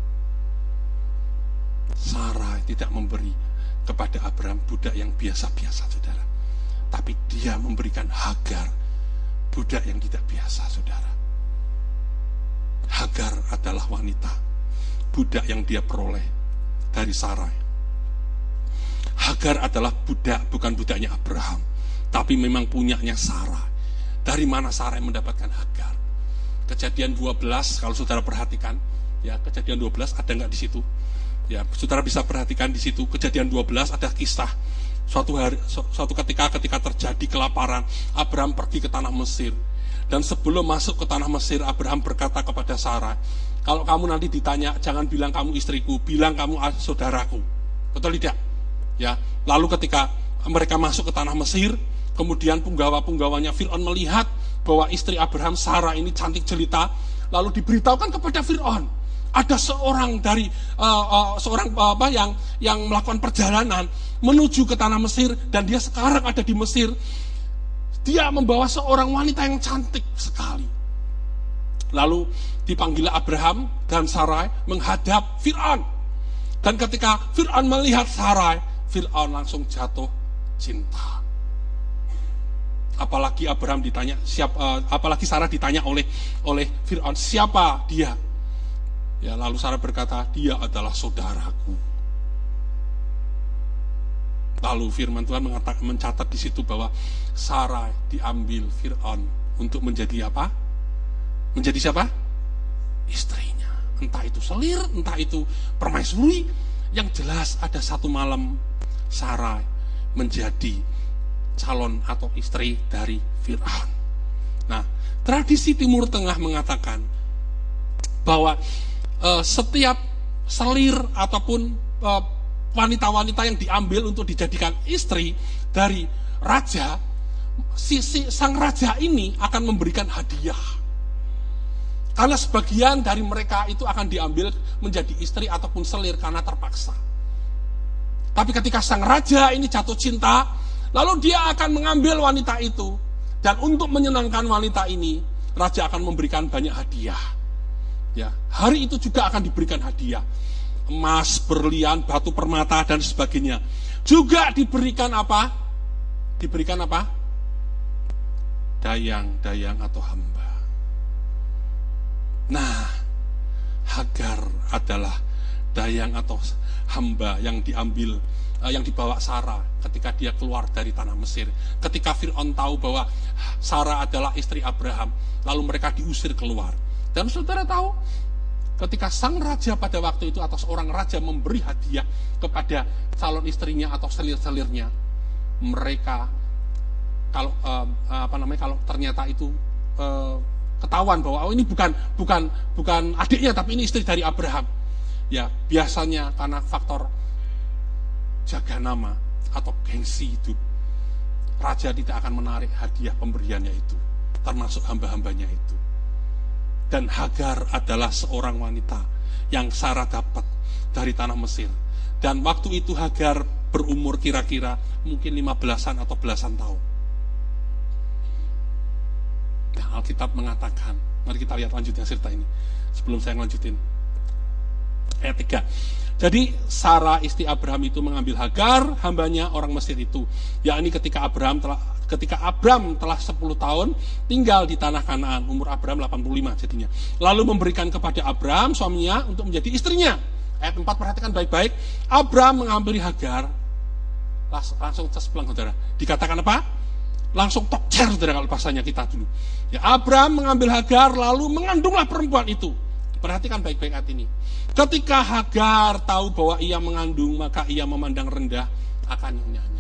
Sarah tidak memberi kepada Abraham budak yang biasa-biasa, saudara. Tapi dia memberikan Hagar, budak yang tidak biasa, saudara. Hagar adalah wanita, budak yang dia peroleh dari Sarai. Hagar adalah budak, bukan budaknya Abraham, tapi memang punyanya Sarah. Dari mana Sarah mendapatkan Hagar? Kejadian dua belas, kalau saudara perhatikan, ya, Kejadian dua belas ada nggak di situ? Ya, saudara bisa perhatikan di situ. Kejadian dua belas ada kisah suatu hari, suatu ketika ketika terjadi kelaparan, Abraham pergi ke tanah Mesir. Dan sebelum masuk ke tanah Mesir, Abraham berkata kepada Sarah, kalau kamu nanti ditanya, jangan bilang kamu istriku, bilang kamu saudaraku. Betul tidak? Ya. Lalu ketika mereka masuk ke tanah Mesir, kemudian punggawa-punggawanya Fir'aun melihat bahwa istri Abraham, Sarah ini cantik jelita, lalu diberitahukan kepada Fir'aun, ada seorang dari uh, uh, seorang uh, apa yang yang melakukan perjalanan menuju ke tanah Mesir, dan dia sekarang ada di Mesir. Dia membawa seorang wanita yang cantik sekali. Lalu dipanggillah Abraham dan Sarai menghadap Fir'aun. Dan ketika Fir'aun melihat Sarai, Fir'aun langsung jatuh cinta. Apalagi Abraham ditanya, siapa, uh, apalagi Sarah ditanya oleh oleh Fir'aun, siapa dia? Ya, lalu Sarah berkata, dia adalah saudaraku. Lalu firman Tuhan mengatakan, mencatat di situ bahwa Sarah diambil Fir'aun untuk menjadi apa? Menjadi siapa? Istrinya. Entah itu selir, entah itu permaisuri. Yang jelas ada satu malam Sarah menjadi calon atau istri dari Fir'aun. Nah, tradisi Timur Tengah mengatakan bahwa Uh, setiap selir ataupun uh, wanita-wanita yang diambil untuk dijadikan istri dari raja, si, si sang raja ini akan memberikan hadiah. Karena sebagian dari mereka itu akan diambil menjadi istri ataupun selir karena terpaksa. Tapi ketika sang raja ini jatuh cinta, lalu dia akan mengambil wanita itu, dan untuk menyenangkan wanita ini, raja akan memberikan banyak hadiah. Ya, hari itu juga akan diberikan hadiah. emas, berlian, batu permata, dan sebagainya. Juga diberikan apa? Diberikan apa? Dayang-dayang atau hamba. Nah, Hagar adalah dayang atau hamba yang diambil, eh, yang dibawa Sarah ketika dia keluar dari tanah Mesir. Ketika Fir'aun tahu bahwa Sarah adalah istri Abraham, lalu mereka diusir keluar. Dan saudara tahu, ketika sang raja pada waktu itu atau seorang raja memberi hadiah kepada calon istrinya atau selir-selirnya, mereka kalau uh, apa namanya kalau ternyata itu uh, ketahuan bahwa oh ini bukan bukan bukan adiknya tapi ini istri dari Abraham, ya biasanya karena faktor jaga nama atau gengsi itu, raja tidak akan menarik hadiah pemberiannya itu, termasuk hamba-hambanya itu. Dan Hagar adalah seorang wanita yang Sarah dapat dari tanah Mesir. Dan waktu itu Hagar berumur kira-kira mungkin lima belasan atau belasan tahun. Nah, Alkitab mengatakan, mari kita lihat lanjutnya cerita ini sebelum saya lanjutin. Ayat tiga. Jadi Sarah istri Abraham itu mengambil Hagar, hambanya orang Mesir itu. Yakni ketika Abraham telah ketika Abram telah sepuluh tahun tinggal di tanah Kanaan, umur Abram delapan puluh lima jadinya. Lalu memberikan kepada Abram suaminya untuk menjadi istrinya. Ayat empat, perhatikan baik-baik. Abram mengambil Hagar, langsung cesplang saudara. Dikatakan apa? Langsung tokcer saudara kalau bahasanya kita dulu. Ya, Abram mengambil Hagar lalu mengandunglah perempuan itu. Perhatikan baik-baik ayat ini. Ketika Hagar tahu bahwa ia mengandung, maka ia memandang rendah akan nyonyanya.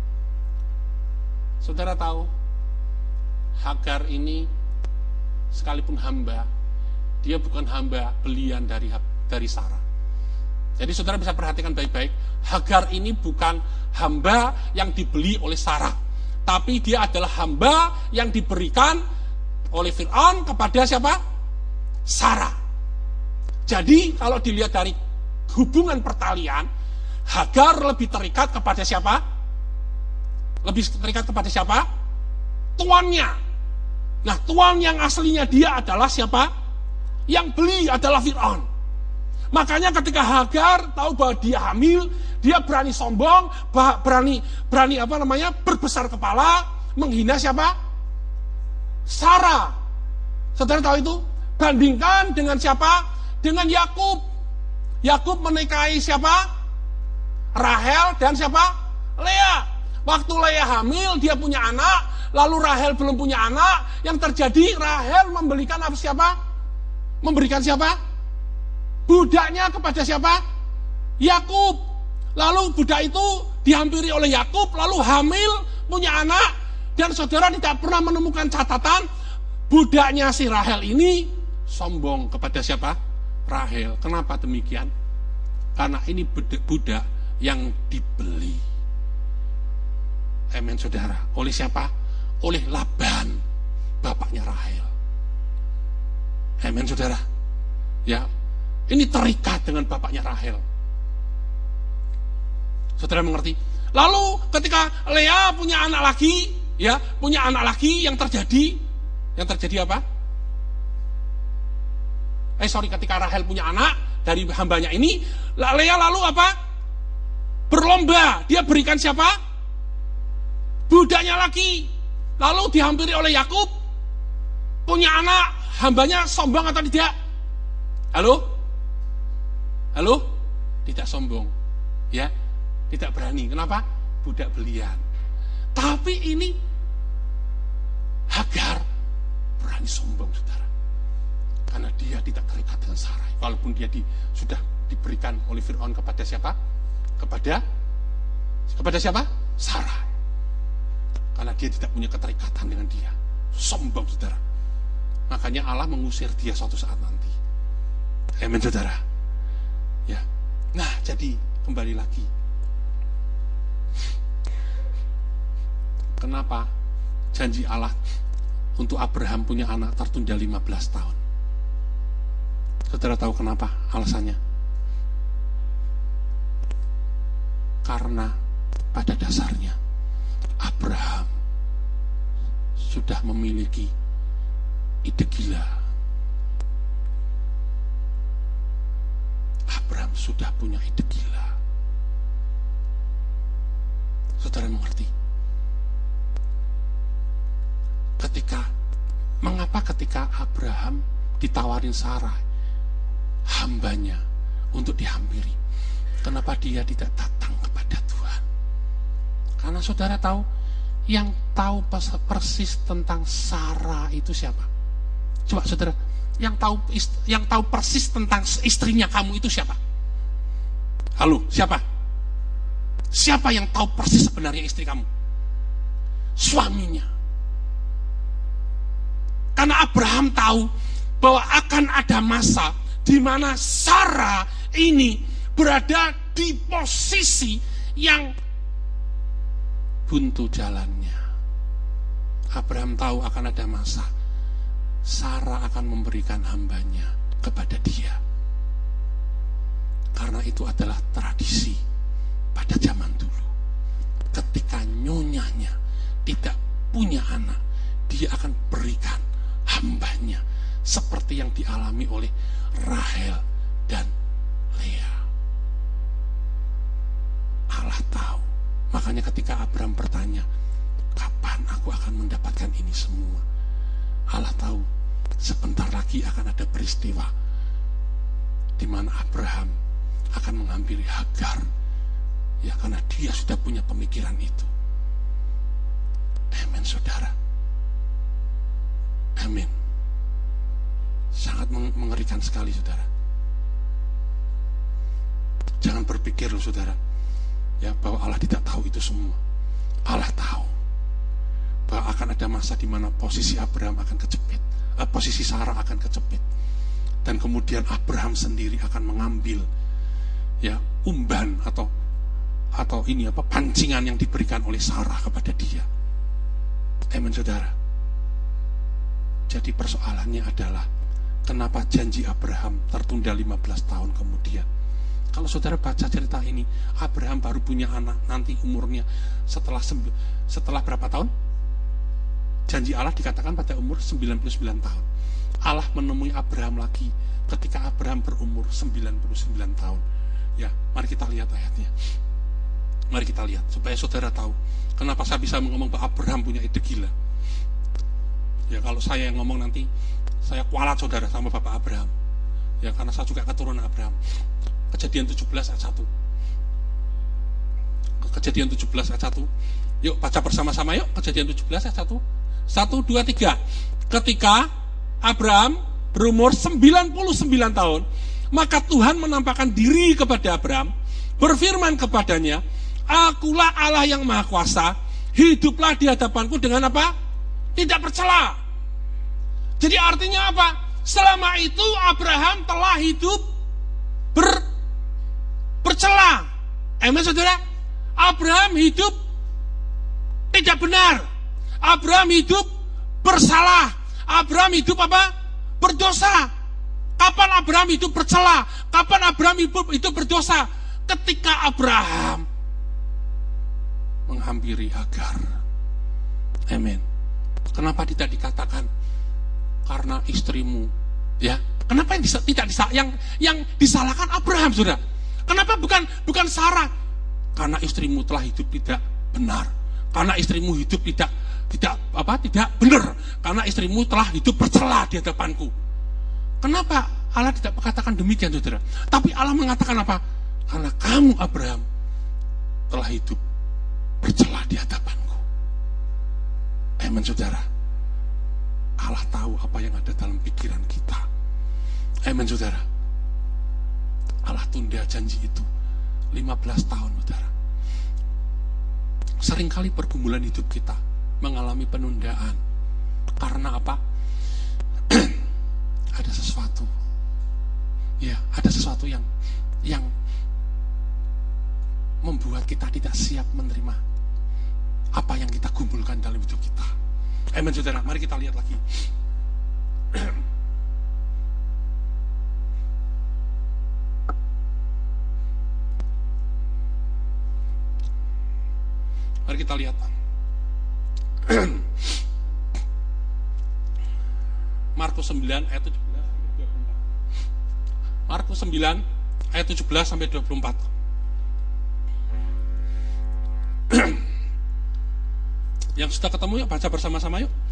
Saudara tahu, Hagar ini sekalipun hamba, dia bukan hamba belian dari dari Sarah. Jadi saudara bisa perhatikan baik-baik, Hagar ini bukan hamba yang dibeli oleh Sarah, tapi dia adalah hamba yang diberikan oleh Fir'aun kepada siapa? Sarah. Jadi kalau dilihat dari hubungan pertalian, Hagar lebih terikat kepada siapa? Lebih terikat kepada siapa? Tuannya. Nah, tuan yang aslinya dia adalah siapa? Yang beli adalah Fir'aun. Makanya ketika Hagar tahu bahwa dia hamil, dia berani sombong, berani berani apa namanya? berbesar kepala, menghina siapa? Sarah. Saudara tahu itu? Bandingkan dengan siapa? Dengan Yakub. Yakub menikahi siapa? Rahel dan siapa? Lea. Waktu Lea hamil, dia punya anak, lalu Rahel belum punya anak. Yang terjadi, Rahel membelikan apa siapa? Memberikan siapa? Budaknya kepada siapa? Yakub. Lalu budak itu dihampiri oleh Yakub, lalu hamil, punya anak. Dan saudara tidak pernah menemukan catatan budaknya si Rahel ini sombong kepada siapa? Rahel. Kenapa demikian? Karena ini budak yang dibeli. Amen saudara. Oleh siapa? Oleh Laban, bapaknya Rahel. Amen saudara. Ya, ini terikat dengan bapaknya Rahel. Saudara mengerti? Lalu ketika Lea punya anak lagi, ya, punya anak lagi, yang terjadi, yang terjadi apa? Eh sorry, ketika Rahel punya anak dari hambanya ini, Lea lalu apa? Berlomba. Dia berikan siapa? Budaknya lagi. Lalu dihampiri oleh Yakub, punya anak, hambanya sombong atau tidak? Halo? Halo? Tidak sombong. Ya, tidak berani. Kenapa? Budak belian. Tapi ini Hagar berani sombong, saudara. Karena dia tidak terikat dengan Sarai. Walaupun dia di, sudah diberikan oleh Fir'aun kepada siapa? Kepada kepada siapa? Sarai. Karena dia tidak punya keterikatan dengan dia. Sombong, saudara. Makanya Allah mengusir dia suatu saat nanti. Amin, saudara. Ya. Nah, jadi kembali lagi. Kenapa janji Allah untuk Abraham punya anak tertunda lima belas tahun? Saudara tahu kenapa alasannya? Karena pada dasarnya Abraham sudah memiliki ide gila. Abraham sudah punya ide gila. Saudara mengerti? Ketika, mengapa ketika Abraham ditawarin Sarah, hambanya, untuk dihampiri, kenapa dia tidak datang kepada Tuhan? Karena saudara tahu, yang tahu persis tentang Sarah itu siapa? Coba saudara, yang tahu yang tahu persis tentang istrinya kamu itu siapa? Halo, siapa? Siapa yang tahu persis sebenarnya istri kamu? Suaminya. Karena Abraham tahu bahwa akan ada masa di mana Sarah ini berada di posisi yang buntu jalannya. Abraham tahu akan ada masa Sarah akan memberikan hambanya kepada dia. Karena itu adalah tradisi pada zaman dulu. Ketika nyonyanya tidak punya anak, dia akan berikan hambanya, seperti yang dialami oleh Rahel dan Lea. Allah tahu. Makanya ketika Abraham bertanya, kapan aku akan mendapatkan ini semua? Allah tahu sebentar lagi akan ada peristiwa di mana Abraham akan menghampiri Hagar, ya, karena dia sudah punya pemikiran itu. Amin, saudara. Amin. Sangat mengerikan sekali, saudara. Jangan berpikir loh, saudara, ya, bahwa Allah tidak tahu itu semua. Allah tahu bahwa akan ada masa di mana posisi Abraham akan kejepit, eh, posisi Sarah akan kejepit, dan kemudian Abraham sendiri akan mengambil, ya, umban atau atau ini apa pancingan yang diberikan oleh Sarah kepada dia. Amin, saudara. Jadi persoalannya adalah kenapa janji Abraham tertunda lima belas tahun kemudian? Kalau saudara baca cerita ini, Abraham baru punya anak nanti umurnya setelah setelah berapa tahun? Janji Allah dikatakan pada umur sembilan puluh sembilan tahun. Allah menemui Abraham lagi ketika Abraham berumur sembilan puluh sembilan tahun. Ya, mari kita lihat ayatnya. Mari kita lihat supaya saudara tahu kenapa saya bisa ngomong bahwa Abraham punya ide gila. Ya, kalau saya yang ngomong nanti saya kualat saudara sama Bapak Abraham. Ya, karena saya juga keturunan Abraham. Kejadian tujuh belas ayat satu. Kejadian tujuh belas ayat satu. Yuk baca bersama-sama yuk. Kejadian tujuh belas ayat satu. satu, dua, tiga. Ketika Abraham berumur sembilan puluh sembilan tahun, maka Tuhan menampakkan diri kepada Abraham, berfirman kepadanya, akulah Allah yang Maha Kuasa, hiduplah di hadapanku dengan apa? Tidak bercela. Jadi artinya apa? Selama itu Abraham telah hidup ber, bercela. Amin, saudara? Abraham hidup tidak benar. Abraham hidup bersalah. Abraham hidup apa? Berdosa. Kapan Abraham hidup bercela? Kapan Abraham hidup, hidup berdosa? Ketika Abraham menghampiri Hagar. Amin. Kenapa tidak dikatakan karena istrimu, ya? Kenapa yang disa, tidak disa, yang yang disalahkan Abraham, saudara? Kenapa bukan bukan Sarah? Karena istrimu telah hidup tidak benar. Karena istrimu hidup tidak tidak apa? Tidak benar. Karena istrimu telah hidup bercela di hadapanku. Kenapa Allah tidak mengatakan demikian, saudara? Tapi Allah mengatakan apa? Karena kamu Abraham telah hidup bercela di hadapanku. Amin, saudara. Allah tahu apa yang ada dalam pikiran kita. Amin, saudara. Allah tunda janji itu lima belas tahun, saudara. Seringkali pergumulan hidup kita mengalami penundaan. Karena apa? Ada sesuatu. Ya, ada sesuatu yang yang membuat kita tidak siap menerima apa yang kita gumulkan dalam hidup kita. Amin, saudara. Mari kita lihat lagi. Mari kita lihat. Markus sembilan ayat tujuh belas. Markus sembilan ayat tujuh belas sampai dua puluh empat. Yang sudah ketemu yuk baca bersama-sama yuk.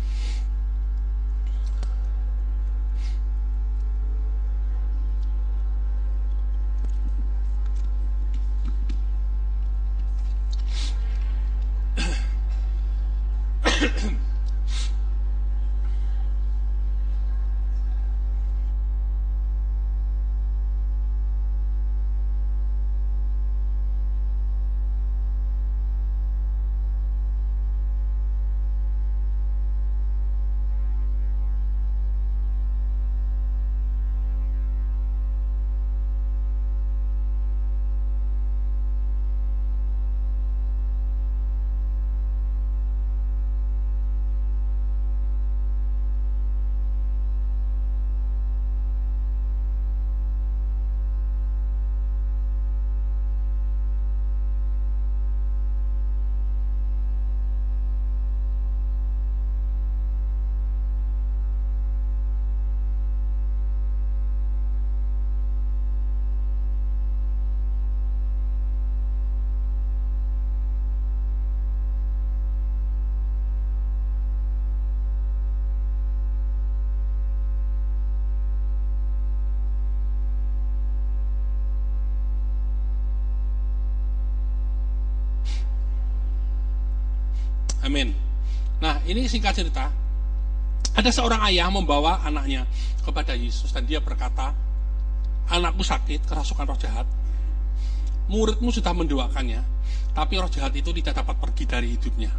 Amin. Nah, ini singkat cerita. Ada seorang ayah membawa anaknya kepada Yesus dan dia berkata, anakku sakit, kerasukan roh jahat. Muridmu sudah mendoakannya, tapi roh jahat itu tidak dapat pergi dari hidupnya.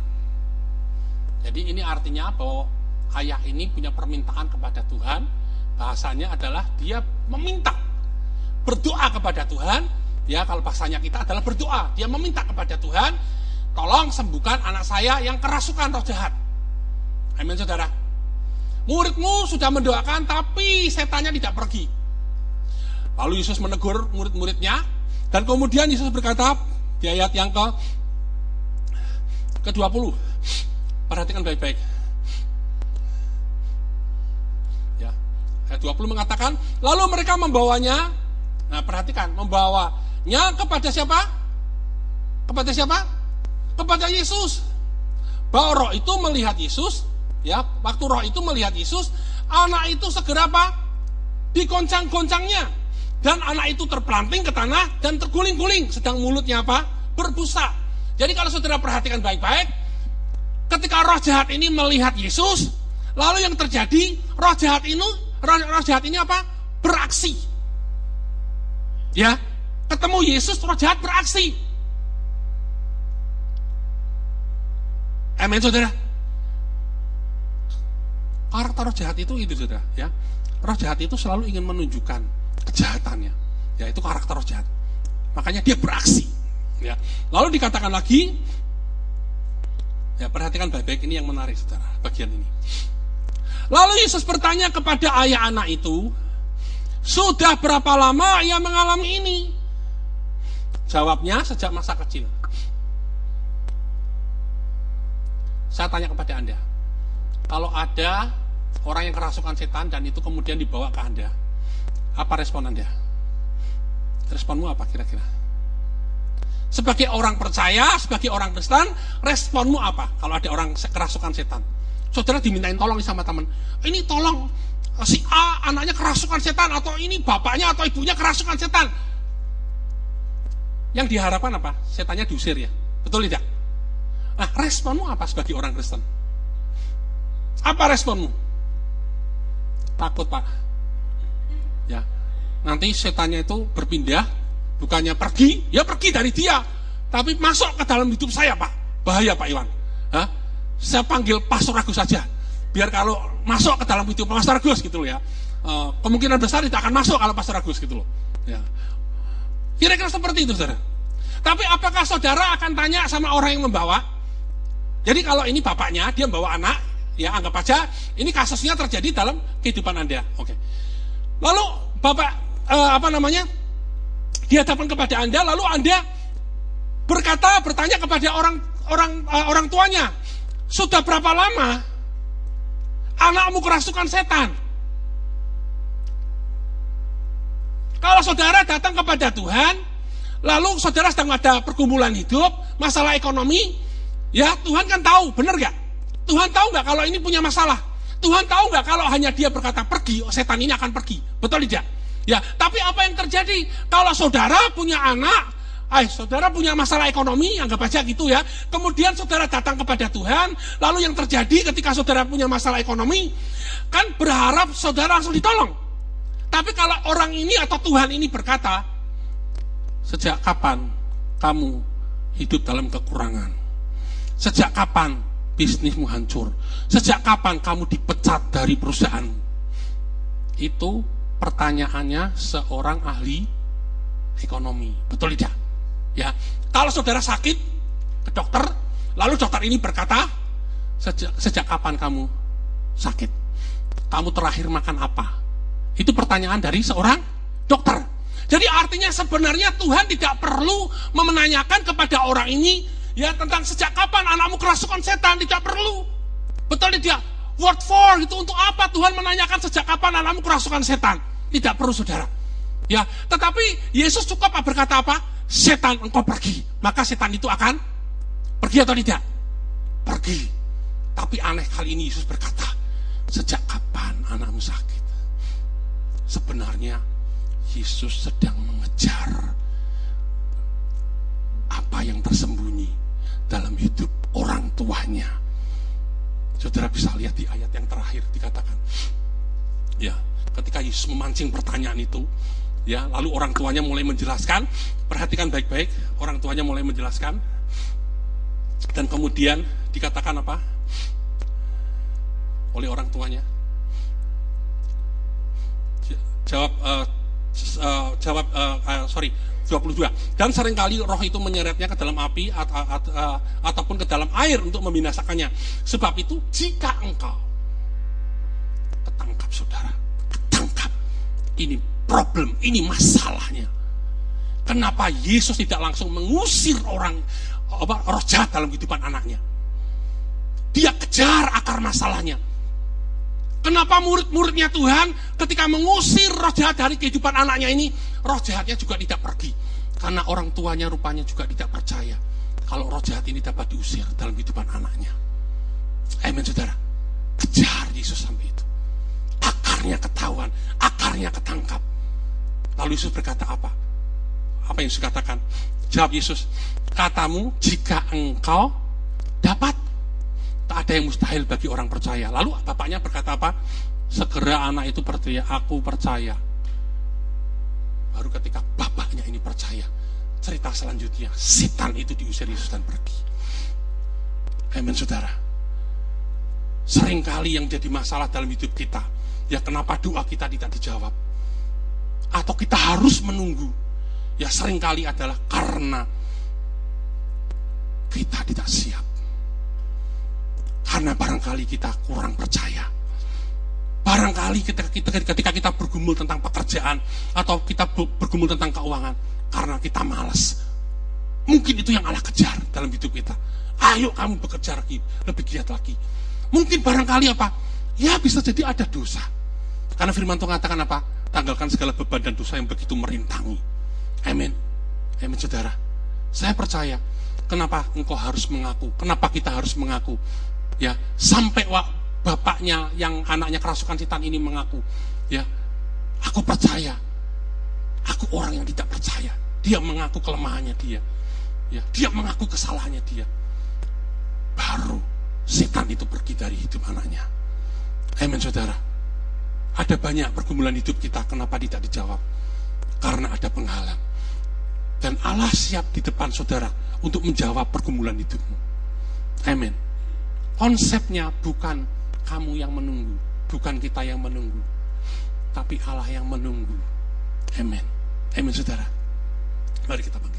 Jadi ini artinya bahwa ayah ini punya permintaan kepada Tuhan. Bahasanya adalah dia meminta, berdoa kepada Tuhan. Ya, kalau bahasanya kita adalah berdoa. Dia meminta kepada Tuhan, tolong sembuhkan anak saya yang kerasukan roh jahat. Amin, saudara. Muridmu sudah mendoakan, tapi setannya tidak pergi. Lalu Yesus menegur murid-muridnya, dan kemudian Yesus berkata di ayat yang ke ke dua puluh. Perhatikan baik-baik. Ya, ayat dua puluh mengatakan, lalu mereka membawanya. Nah, perhatikan, membawanya kepada siapa? Kepada siapa? Kepada Yesus. Bahwa roh itu melihat Yesus, ya, waktu roh itu melihat Yesus, anak itu segera apa? Dikoncang-koncangnya, dan anak itu terpelanting ke tanah dan terguling-guling, sedang mulutnya apa? Berbusa. Jadi kalau saudara perhatikan baik-baik, ketika roh jahat ini melihat Yesus, lalu yang terjadi, roh jahat ini, roh, roh jahat ini apa? Beraksi. Ya, ketemu Yesus, roh jahat beraksi. Amin, saudara. Karakter roh jahat itu itu saudara, ya. Roh jahat itu selalu ingin menunjukkan kejahatannya. Ya, itu karakter roh jahat. Makanya dia beraksi. Ya. Lalu dikatakan lagi, ya, perhatikan baik-baik, ini yang menarik saudara, bagian ini. Lalu Yesus bertanya kepada ayah anak itu, sudah berapa lama ia mengalami ini? Jawabnya, sejak masa kecil. Saya tanya kepada Anda, kalau ada orang yang kerasukan setan dan itu kemudian dibawa ke Anda, apa respon Anda? Responmu apa kira-kira? Sebagai orang percaya, sebagai orang Kristen, responmu apa kalau ada orang kerasukan setan? Saudara dimintain tolong sama teman, ini tolong si A anaknya kerasukan setan, atau ini bapaknya atau ibunya kerasukan setan. Yang diharapkan apa? Setannya diusir, ya, betul tidak? Nah, responmu apa sebagai orang Kristen? Apa responmu? Takut, Pak. Ya, nanti setannya itu berpindah, bukannya pergi, ya pergi dari dia, tapi masuk ke dalam hidup saya, Pak. Bahaya, Pak Iwan. Hah? Saya panggil Pastor Agus saja, biar kalau masuk ke dalam hidup Pastor Agus gitu loh, ya. E, kemungkinan besar tidak akan masuk kalau Pastor Agus gitu loh. Ya. Kira-kira seperti itu, saudara. Tapi apakah saudara akan tanya sama orang yang membawa? Jadi kalau ini bapaknya, dia membawa anak, ya anggap aja ini kasusnya terjadi dalam kehidupan Anda. Oke. Lalu bapak eh, apa namanya? dihadapkan kepada Anda, lalu Anda berkata, bertanya kepada orang orang eh, orang tuanya, sudah berapa lama anakmu kerasukan setan? Kalau saudara datang kepada Tuhan, lalu saudara sedang ada pergumulan hidup, masalah ekonomi, ya Tuhan kan tahu, benar gak? Tuhan tahu gak kalau ini punya masalah? Tuhan tahu gak kalau hanya dia berkata pergi, setan ini akan pergi, betul tidak? Ya, tapi apa yang terjadi kalau saudara punya anak, eh, saudara punya masalah ekonomi, anggap aja gitu ya. Kemudian saudara datang kepada Tuhan, lalu yang terjadi ketika saudara punya masalah ekonomi, kan berharap saudara langsung ditolong. Tapi kalau orang ini atau Tuhan ini berkata, sejak kapan kamu hidup dalam kekurangan? Sejak kapan bisnismu hancur? Sejak kapan kamu dipecat dari perusahaanmu? Itu pertanyaannya seorang ahli ekonomi, betul tidak? Ya, kalau saudara sakit ke dokter, lalu dokter ini berkata, sejak, sejak kapan kamu sakit? Kamu terakhir makan apa? Itu pertanyaan dari seorang dokter. Jadi artinya sebenarnya Tuhan tidak perlu menanyakan kepada orang ini, ya tentang sejak kapan anakmu kerasukan setan, tidak perlu. Betul tidak? What for? Itu untuk apa Tuhan menanyakan sejak kapan anakmu kerasukan setan? Tidak perlu saudara. Ya, tetapi Yesus cukup berkata apa? Setan engkau pergi, maka setan itu akan pergi atau tidak? Pergi. Tapi aneh kali ini Yesus berkata, sejak kapan anakmu sakit? Sebenarnya Yesus sedang mengejar apa yang tersembunyi dalam hidup orang tuanya. Saudara bisa lihat di ayat yang terakhir dikatakan, ya, ketika Yesus memancing pertanyaan itu, ya, lalu orang tuanya mulai menjelaskan. Perhatikan baik-baik, orang tuanya mulai menjelaskan, dan kemudian dikatakan apa oleh orang tuanya? Jawab, uh, uh, jawab, uh, uh, sorry, dua puluh dua. Dan seringkali roh itu menyeretnya ke dalam api at, at, uh, ataupun ke dalam air untuk membinasakannya. Sebab itu jika engkau ketangkap, saudara, ketangkap, ini problem, ini masalahnya. Kenapa Yesus tidak langsung mengusir orang apa, roh jahat dalam kehidupan anaknya? Dia kejar akar masalahnya. Kenapa murid-muridnya Tuhan ketika mengusir roh jahat dari kehidupan anaknya ini, roh jahatnya juga tidak pergi? Karena orang tuanya rupanya juga tidak percaya kalau roh jahat ini dapat diusir dalam kehidupan anaknya. Amin saudara. Kejar Yesus sampai itu. Akarnya ketahuan, akarnya ketangkap. Lalu Yesus berkata apa? Apa yang Yesus katakan? Jawab Yesus, katamu jika engkau dapat. Tak ada yang mustahil bagi orang percaya. Lalu bapaknya berkata apa? Segera anak itu percaya, aku percaya. Baru ketika bapaknya ini percaya, cerita selanjutnya, setan itu diusir Yesus dan pergi. Amin saudara. Seringkali yang jadi masalah dalam hidup kita, ya kenapa doa kita tidak dijawab? Atau kita harus menunggu? Ya seringkali adalah karena kita tidak siap. Karena barangkali kita kurang percaya. Barangkali ketika kita, ketika kita bergumul tentang pekerjaan atau kita bergumul tentang keuangan, karena kita malas. Mungkin itu yang Allah kejar dalam hidup kita. Ayo kamu bekerja lagi, lebih giat lagi. Mungkin barangkali apa? Ya bisa jadi ada dosa. Karena firman Tuhan mengatakan apa? Tanggalkan segala beban dan dosa yang begitu merintangi. Amin. Amin saudara. Saya percaya. Kenapa engkau harus mengaku? Kenapa kita harus mengaku? Ya, sampai wak, bapaknya yang anaknya kerasukan setan ini mengaku, ya, aku percaya, aku orang yang tidak percaya. Dia mengaku kelemahannya dia, ya, dia mengaku kesalahannya dia. Baru setan itu pergi dari hidup anaknya. Amin saudara. Ada banyak pergumulan hidup kita, kenapa tidak dijawab? Karena ada penghalang. Dan Allah siap di depan saudara untuk menjawab pergumulan hidupmu. Amin. Konsepnya bukan kamu yang menunggu, bukan kita yang menunggu, tapi Allah yang menunggu. Amin. Amin saudara. Mari kita bangkit.